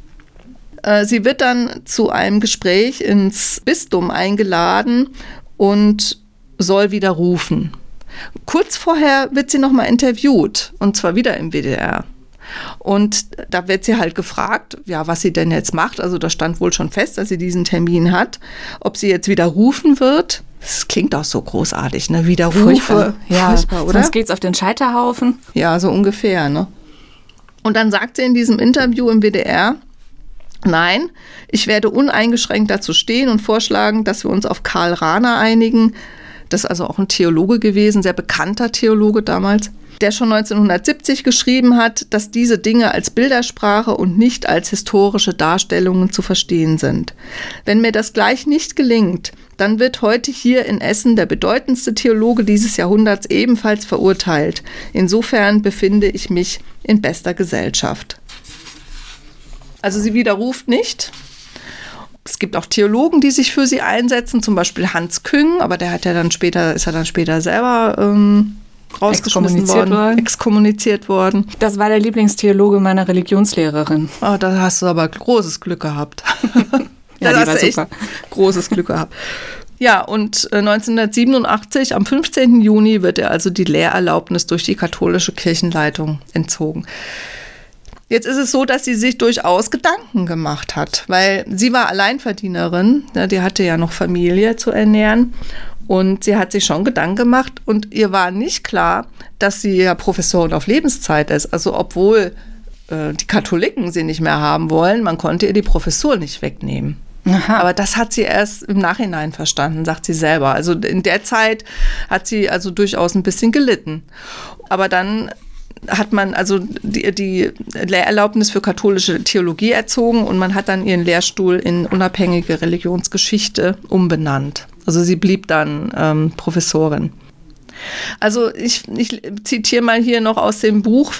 Sie wird dann zu einem Gespräch ins Bistum eingeladen und soll widerrufen. Kurz vorher wird sie nochmal interviewt, und zwar wieder im WDR. Und da wird sie halt gefragt, ja, was sie denn jetzt macht. Also da stand wohl schon fest, dass sie diesen Termin hat. Ob sie jetzt widerrufen wird. Das klingt auch so großartig, ne? Widerrufe. Ja, furchtbar, oder? Sonst geht's auf den Scheiterhaufen. Ja, so ungefähr, ne? Und dann sagt sie in diesem Interview im WDR, nein, ich werde uneingeschränkt dazu stehen und vorschlagen, dass wir uns auf Karl Rahner einigen. Das ist also auch ein Theologe gewesen, sehr bekannter Theologe damals, der schon 1970 geschrieben hat, dass diese Dinge als Bildersprache und nicht als historische Darstellungen zu verstehen sind. Wenn mir das gleich nicht gelingt, dann wird heute hier in Essen der bedeutendste Theologe dieses Jahrhunderts ebenfalls verurteilt. Insofern befinde ich mich in bester Gesellschaft. Also sie widerruft nicht. Es gibt auch Theologen, die sich für sie einsetzen, zum Beispiel Hans Küng, aber der ist ja dann später selber rausgeschmissen worden, exkommuniziert worden. Das war der Lieblingstheologe meiner Religionslehrerin. Oh, da hast du aber großes Glück gehabt. Ja, die war super. Großes Glück gehabt. Ja, und 1987, am 15. Juni, wird er also die Lehrerlaubnis durch die katholische Kirchenleitung entzogen. Jetzt ist es so, dass sie sich durchaus Gedanken gemacht hat, weil sie war Alleinverdienerin, die hatte ja noch Familie zu ernähren und sie hat sich schon Gedanken gemacht und ihr war nicht klar, dass sie ja Professorin auf Lebenszeit ist. Also obwohl die Katholiken sie nicht mehr haben wollen, man konnte ihr die Professur nicht wegnehmen. Aha. Aber das hat sie erst im Nachhinein verstanden, sagt sie selber. Also in der Zeit hat sie also durchaus ein bisschen gelitten. Aber dann hat man also die Lehrerlaubnis für katholische Theologie erzogen und man hat dann ihren Lehrstuhl in unabhängige Religionsgeschichte umbenannt. Also sie blieb dann Professorin. Also ich zitiere mal hier noch aus dem Buch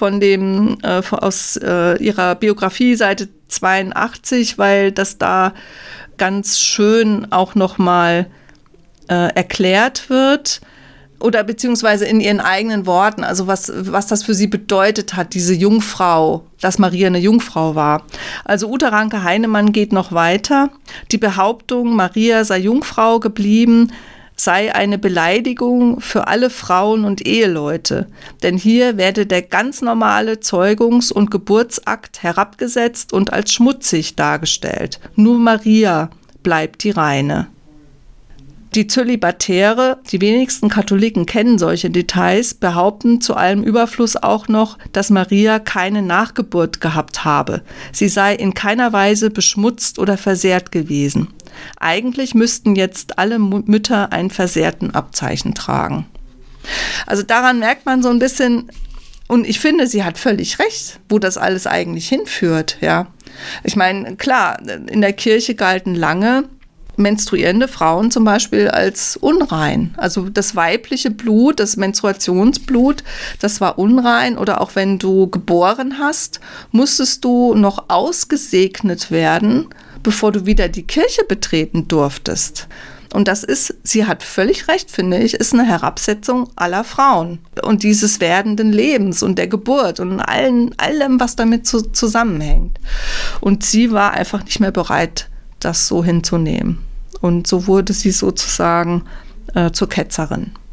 aus ihrer Biografie, Seite 82, weil das da ganz schön auch nochmal erklärt wird. Oder beziehungsweise in ihren eigenen Worten, also was das für sie bedeutet hat, diese Jungfrau, dass Maria eine Jungfrau war. Also Uta Ranke-Heinemann geht noch weiter. Die Behauptung, Maria sei Jungfrau geblieben, sei eine Beleidigung für alle Frauen und Eheleute. Denn hier werde der ganz normale Zeugungs- und Geburtsakt herabgesetzt und als schmutzig dargestellt. Nur Maria bleibt die Reine. Die Zölibatäre, die wenigsten Katholiken kennen solche Details, behaupten zu allem Überfluss auch noch, dass Maria keine Nachgeburt gehabt habe. Sie sei in keiner Weise beschmutzt oder versehrt gewesen. Eigentlich müssten jetzt alle Mütter ein Versehrtenabzeichen tragen. Also daran merkt man so ein bisschen, und ich finde, sie hat völlig recht, wo das alles eigentlich hinführt. Ja, ich meine, klar, in der Kirche galten lange menstruierende Frauen zum Beispiel als unrein. Also das weibliche Blut, das Menstruationsblut, das war unrein. Oder auch wenn du geboren hast, musstest du noch ausgesegnet werden, bevor du wieder die Kirche betreten durftest. Und das ist, sie hat völlig recht, finde ich, ist eine Herabsetzung aller Frauen und dieses werdenden Lebens und der Geburt und allem, was damit zusammenhängt. Und sie war einfach nicht mehr bereit, das so hinzunehmen. Und so wurde sie sozusagen zur Ketzerin.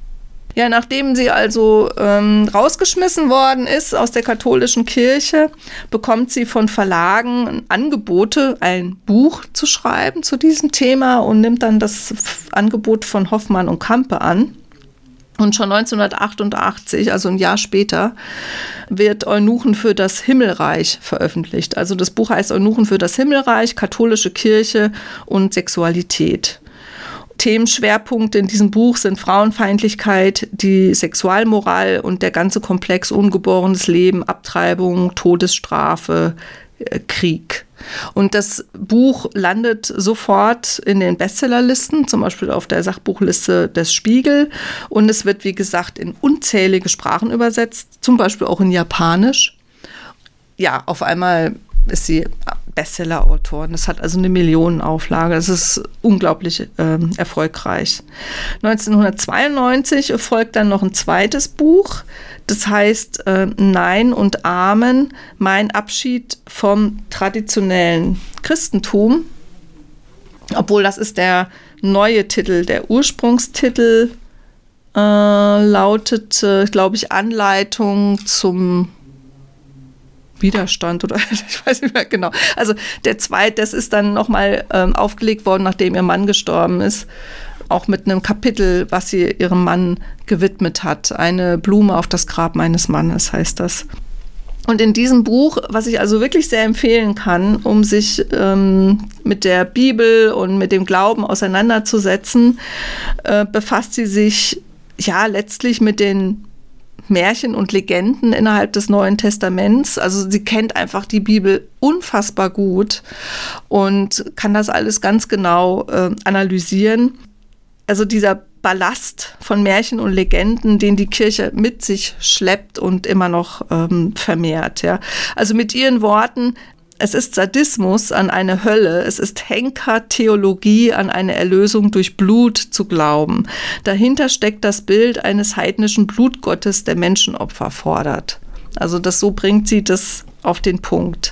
Ja, nachdem sie also rausgeschmissen worden ist aus der katholischen Kirche, bekommt sie von Verlagen Angebote, ein Buch zu schreiben zu diesem Thema und nimmt dann das Angebot von Hoffmann und Campe an. Und schon 1988, also ein Jahr später, wird Eunuchen für das Himmelreich veröffentlicht. Also das Buch heißt Eunuchen für das Himmelreich, katholische Kirche und Sexualität. Themenschwerpunkte in diesem Buch sind Frauenfeindlichkeit, die Sexualmoral und der ganze Komplex ungeborenes Leben, Abtreibung, Todesstrafe, Krieg. Und das Buch landet sofort in den Bestsellerlisten, zum Beispiel auf der Sachbuchliste des Spiegel. Und es wird, wie gesagt, in unzählige Sprachen übersetzt, zum Beispiel auch in Japanisch. Ja, auf einmal ist sie Bestseller-Autorin. Das hat also eine Millionenauflage. Das ist unglaublich erfolgreich. 1992 folgt dann noch ein zweites Buch. Das heißt Nein und Amen, mein Abschied vom traditionellen Christentum. Obwohl das ist der neue Titel. Der Ursprungstitel lautet, glaube ich, Anleitung zum Widerstand oder ich weiß nicht mehr genau. Also der zweite, das ist dann nochmal aufgelegt worden, nachdem ihr Mann gestorben ist. Auch mit einem Kapitel, was sie ihrem Mann gewidmet hat. Eine Blume auf das Grab meines Mannes heißt das. Und in diesem Buch, was ich also wirklich sehr empfehlen kann, um sich mit der Bibel und mit dem Glauben auseinanderzusetzen, befasst sie sich ja letztlich mit den Märchen und Legenden innerhalb des Neuen Testaments. Also sie kennt einfach die Bibel unfassbar gut und kann das alles ganz genau analysieren. Also dieser Ballast von Märchen und Legenden, den die Kirche mit sich schleppt und immer noch vermehrt. Ja. Also mit ihren Worten, es ist Sadismus an eine Hölle, es ist Henker-Theologie an eine Erlösung durch Blut zu glauben. Dahinter steckt das Bild eines heidnischen Blutgottes, der Menschenopfer fordert. Also so bringt sie das auf den Punkt.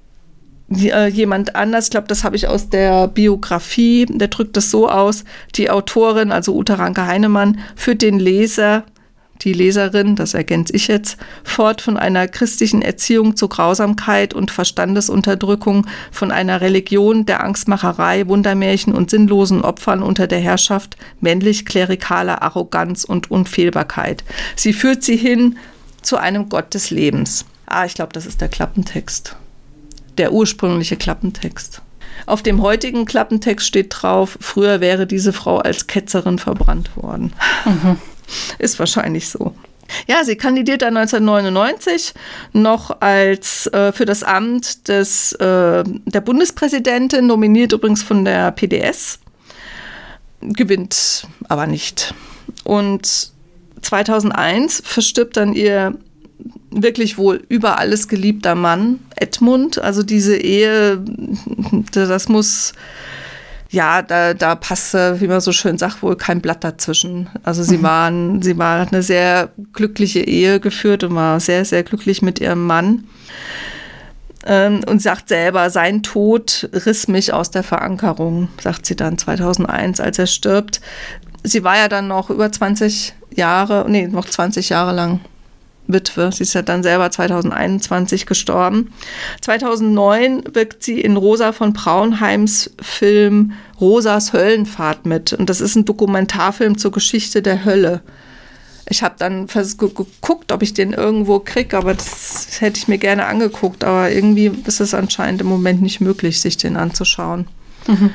Jemand anders, ich glaube, das habe ich aus der Biografie, der drückt das so aus, die Autorin, also Uta Ranke-Heinemann, führt den Leser, die Leserin, das ergänze ich jetzt, fort von einer christlichen Erziehung zur Grausamkeit und Verstandesunterdrückung, von einer Religion der Angstmacherei, Wundermärchen und sinnlosen Opfern unter der Herrschaft männlich-klerikaler Arroganz und Unfehlbarkeit. Sie führt sie hin zu einem Gott des Lebens. Ich glaube, das ist der Klappentext. Der ursprüngliche Klappentext. Auf dem heutigen Klappentext steht drauf, früher wäre diese Frau als Ketzerin verbrannt worden. Mhm. Ist wahrscheinlich so. Ja, sie kandidiert dann 1999 noch als für das Amt der Bundespräsidentin, nominiert übrigens von der PDS, gewinnt aber nicht. Und 2001 verstirbt dann ihr wirklich wohl über alles geliebter Mann, Edmund. Also diese Ehe, das muss... Ja, da passte, wie man so schön sagt, wohl kein Blatt dazwischen. Also sie war eine sehr glückliche Ehe geführt und war sehr, sehr glücklich mit ihrem Mann. Und sagt selber, sein Tod riss mich aus der Verankerung, sagt sie dann 2001, als er stirbt. Sie war ja dann noch noch 20 Jahre lang Witwe. Sie ist ja dann selber 2021 gestorben. 2009 wirkt sie in Rosa von Braunheims Film Rosas Höllenfahrt mit. Und das ist ein Dokumentarfilm zur Geschichte der Hölle. Ich habe dann geguckt, ob ich den irgendwo kriege, aber das hätte ich mir gerne angeguckt. Aber irgendwie ist es anscheinend im Moment nicht möglich, sich den anzuschauen. Mhm.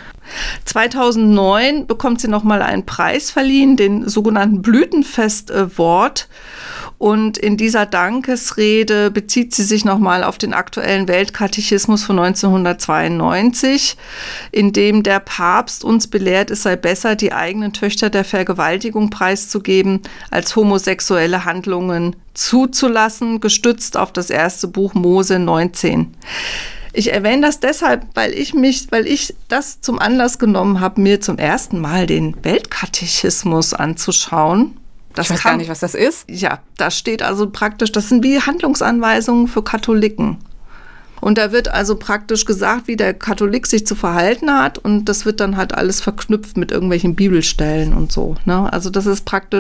2009 bekommt sie nochmal einen Preis verliehen, den sogenannten Blütenfest Award. Und in dieser Dankesrede bezieht sie sich nochmal auf den aktuellen Weltkatechismus von 1992, in dem der Papst uns belehrt, es sei besser, die eigenen Töchter der Vergewaltigung preiszugeben, als homosexuelle Handlungen zuzulassen, gestützt auf das erste Buch Mose 19. Ich erwähne das deshalb, weil ich das zum Anlass genommen habe, mir zum ersten Mal den Weltkatechismus anzuschauen. Ich weiß gar nicht, was das ist. Ja, da steht also praktisch, das sind wie Handlungsanweisungen für Katholiken. Und da wird also praktisch gesagt, wie der Katholik sich zu verhalten hat. Und das wird dann halt alles verknüpft mit irgendwelchen Bibelstellen und so. Ne? Also das ist praktisch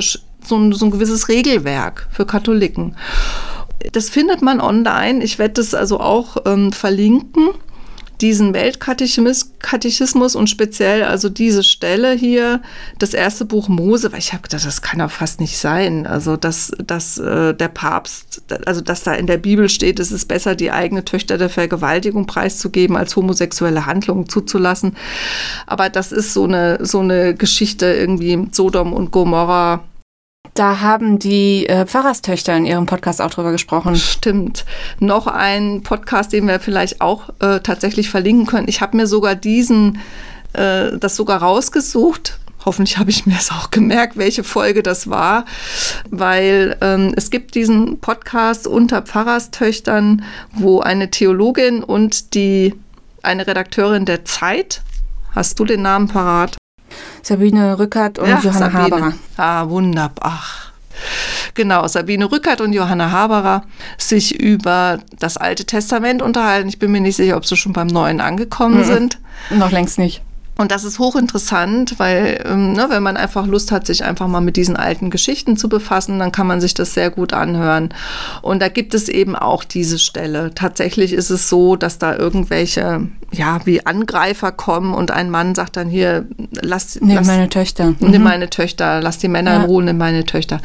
so ein gewisses Regelwerk für Katholiken. Das findet man online. Ich werde das also auch verlinken, diesen Weltkatechismus und speziell also diese Stelle hier, das erste Buch Mose, weil ich habe gedacht, das kann doch fast nicht sein. Also dass der Papst, also dass da in der Bibel steht, es ist besser, die eigene Töchter der Vergewaltigung preiszugeben, als homosexuelle Handlungen zuzulassen. Aber das ist so eine Geschichte irgendwie Sodom und Gomorra. Da haben die Pfarrerstöchter in ihrem Podcast auch drüber gesprochen. Stimmt. Noch ein Podcast, den wir vielleicht auch tatsächlich verlinken können. Ich habe mir sogar das sogar rausgesucht. Hoffentlich habe ich mir es auch gemerkt, welche Folge das war, weil es gibt diesen Podcast unter Pfarrerstöchtern, wo eine Theologin und eine Redakteurin der Zeit, hast du den Namen parat? Sabine Rückert und Johanna Haberer. Ah, wunderbar. Ach. Genau, Sabine Rückert und Johanna Haberer sich über das Alte Testament unterhalten. Ich bin mir nicht sicher, ob sie schon beim Neuen angekommen sind. Noch längst nicht. Und das ist hochinteressant, weil wenn man einfach Lust hat, sich einfach mal mit diesen alten Geschichten zu befassen, dann kann man sich das sehr gut anhören. Und da gibt es eben auch diese Stelle. Tatsächlich ist es so, dass da irgendwelche, wie Angreifer kommen und ein Mann sagt dann hier, nimm meine Töchter. Nimm meine Töchter, lass die Männer in Ruhe, nimm meine Töchter.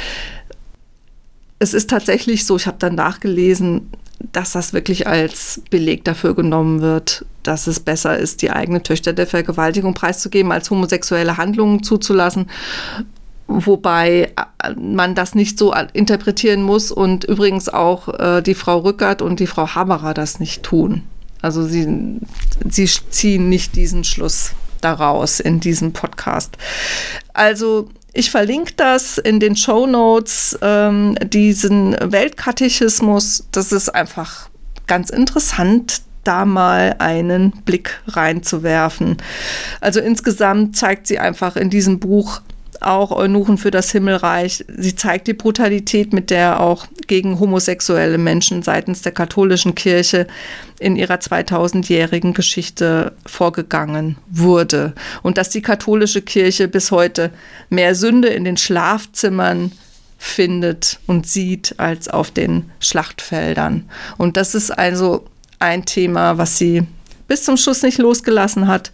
Es ist tatsächlich so, ich habe dann nachgelesen, dass das wirklich als Beleg dafür genommen wird, dass es besser ist, die eigene Töchter der Vergewaltigung preiszugeben, als homosexuelle Handlungen zuzulassen. Wobei man das nicht so interpretieren muss und übrigens auch die Frau Rückert und die Frau Haberer das nicht tun. Also sie ziehen nicht diesen Schluss daraus in diesem Podcast. Also ich verlinke das in den Shownotes, diesen Weltkatechismus. Das ist einfach ganz interessant, da mal einen Blick reinzuwerfen. Also insgesamt zeigt sie einfach in diesem Buch auch Eunuchen für das Himmelreich. Sie zeigt die Brutalität, mit der auch gegen homosexuelle Menschen seitens der katholischen Kirche in ihrer 2000-jährigen Geschichte vorgegangen wurde. Und dass die katholische Kirche bis heute mehr Sünde in den Schlafzimmern findet und sieht als auf den Schlachtfeldern. Und das ist also ein Thema, was sie bis zum Schluss nicht losgelassen hat.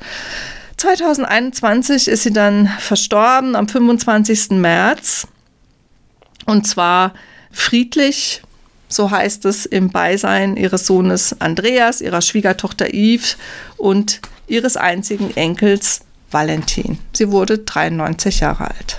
2021 ist sie dann verstorben, am 25. März. Und zwar friedlich, so heißt es, im Beisein ihres Sohnes Andreas, ihrer Schwiegertochter Yves und ihres einzigen Enkels Valentin. Sie wurde 93 Jahre alt.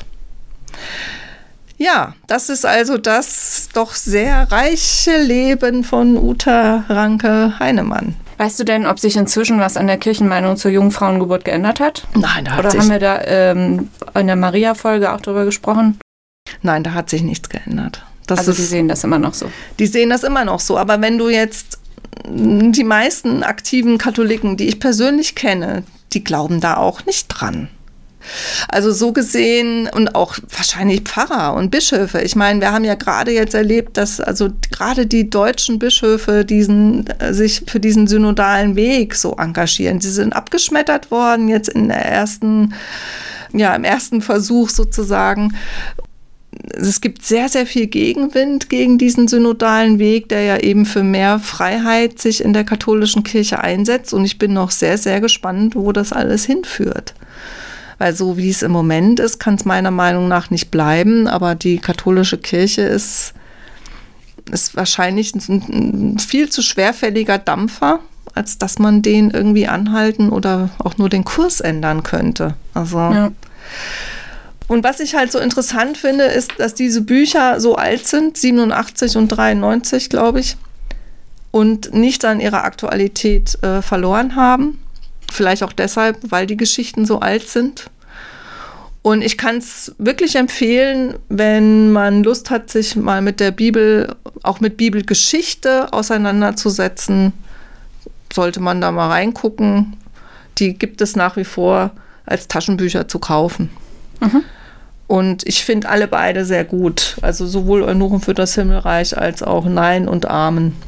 Ja, das ist also das doch sehr reiche Leben von Uta Ranke-Heinemann. Weißt du denn, ob sich inzwischen was an der Kirchenmeinung zur Jungfrauengeburt geändert hat? Nein, da hat sich... Oder haben wir da in der Maria-Folge auch drüber gesprochen? Nein, da hat sich nichts geändert. Die sehen das immer noch so? Die sehen das immer noch so. Aber wenn du jetzt die meisten aktiven Katholiken, die ich persönlich kenne, die glauben da auch nicht dran. Also so gesehen und auch wahrscheinlich Pfarrer und Bischöfe. Ich meine, wir haben ja gerade jetzt erlebt, dass also gerade die deutschen Bischöfe sich für diesen synodalen Weg so engagieren. Sie sind abgeschmettert worden jetzt im ersten Versuch sozusagen. Es gibt sehr, sehr viel Gegenwind gegen diesen synodalen Weg, der ja eben für mehr Freiheit sich in der katholischen Kirche einsetzt. Und ich bin noch sehr, sehr gespannt, wo das alles hinführt. Weil so wie es im Moment ist, kann es meiner Meinung nach nicht bleiben. Aber die katholische Kirche ist wahrscheinlich ein viel zu schwerfälliger Dampfer, als dass man den irgendwie anhalten oder auch nur den Kurs ändern könnte. Also ja. Und was ich halt so interessant finde, ist, dass diese Bücher so alt sind, 87 und 93, glaube ich, und nicht an ihrer Aktualität verloren haben. Vielleicht auch deshalb, weil die Geschichten so alt sind. Und ich kann es wirklich empfehlen, wenn man Lust hat, sich mal mit der Bibel, auch mit Bibelgeschichte auseinanderzusetzen, sollte man da mal reingucken. Die gibt es nach wie vor als Taschenbücher zu kaufen. Mhm. Und ich finde alle beide sehr gut. Also sowohl Eunuchen für das Himmelreich als auch Nein und Amen.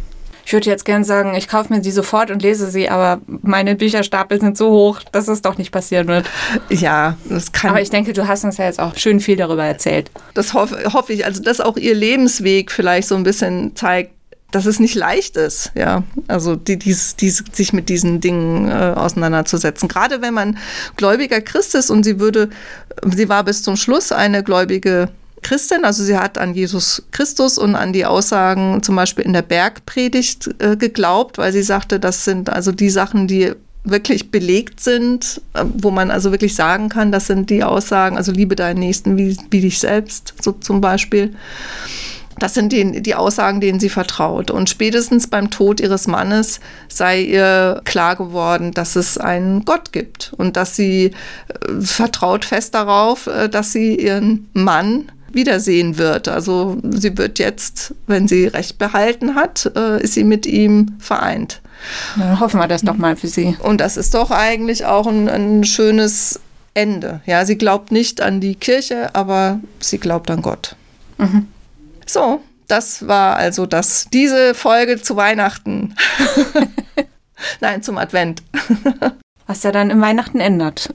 ich würde jetzt gern sagen, ich kaufe mir die sofort und lese sie, aber meine Bücherstapel sind so hoch, dass es doch nicht passieren wird. Ja, das kann. Aber ich denke, du hast uns ja jetzt auch schön viel darüber erzählt. Das hoffe ich, also dass auch ihr Lebensweg vielleicht so ein bisschen zeigt, dass es nicht leicht ist, ja, also sich mit diesen Dingen auseinanderzusetzen. Gerade wenn man gläubiger Christ ist und sie war bis zum Schluss eine gläubige Christin, also sie hat an Jesus Christus und an die Aussagen zum Beispiel in der Bergpredigt geglaubt, weil sie sagte, das sind also die Sachen, die wirklich belegt sind, wo man also wirklich sagen kann, das sind die Aussagen, also liebe deinen Nächsten wie dich selbst, so zum Beispiel. Das sind die Aussagen, denen sie vertraut. Und spätestens beim Tod ihres Mannes sei ihr klar geworden, dass es einen Gott gibt und dass sie vertraut fest darauf, dass sie ihren Mann wiedersehen wird. Also sie wird jetzt, wenn sie Recht behalten hat, ist sie mit ihm vereint. Dann hoffen wir das doch mal für sie. Und das ist doch eigentlich auch ein schönes Ende. Ja, sie glaubt nicht an die Kirche, aber sie glaubt an Gott. Mhm. So, das war also diese Folge zu Weihnachten. Nein, zum Advent. Was ja dann im Weihnachten endet.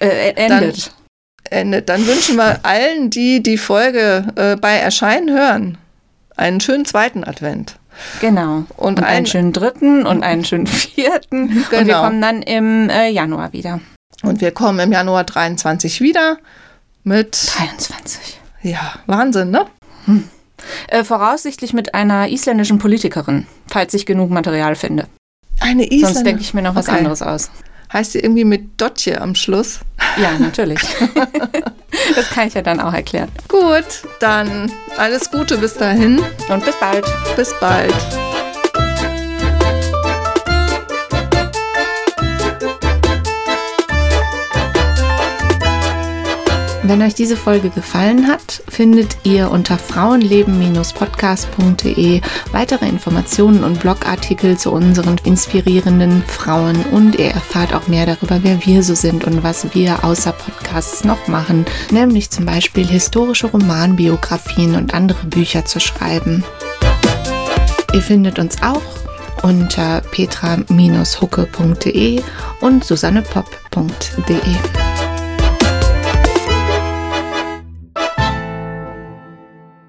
Dann wünschen wir allen, die die Folge bei Erscheinen hören, einen schönen zweiten Advent. Genau. Und einen schönen dritten und einen schönen vierten. Genau. Und wir kommen dann im Januar wieder. Und wir kommen im Januar 23 wieder mit... 23. Ja, Wahnsinn, ne? Voraussichtlich mit einer isländischen Politikerin, falls ich genug Material finde. Eine Isländerin? Sonst denke ich mir noch was anderes aus. Heißt sie irgendwie mit Dotje am Schluss? Ja, natürlich. Das kann ich ja dann auch erklären. Gut, dann alles Gute bis dahin. Und bis bald. Bis bald. Wenn euch diese Folge gefallen hat, findet ihr unter frauenleben-podcast.de weitere Informationen und Blogartikel zu unseren inspirierenden Frauen und ihr erfahrt auch mehr darüber, wer wir so sind und was wir außer Podcasts noch machen, nämlich zum Beispiel historische Romanbiografien und andere Bücher zu schreiben. Ihr findet uns auch unter petra-hucke.de und susannepopp.de.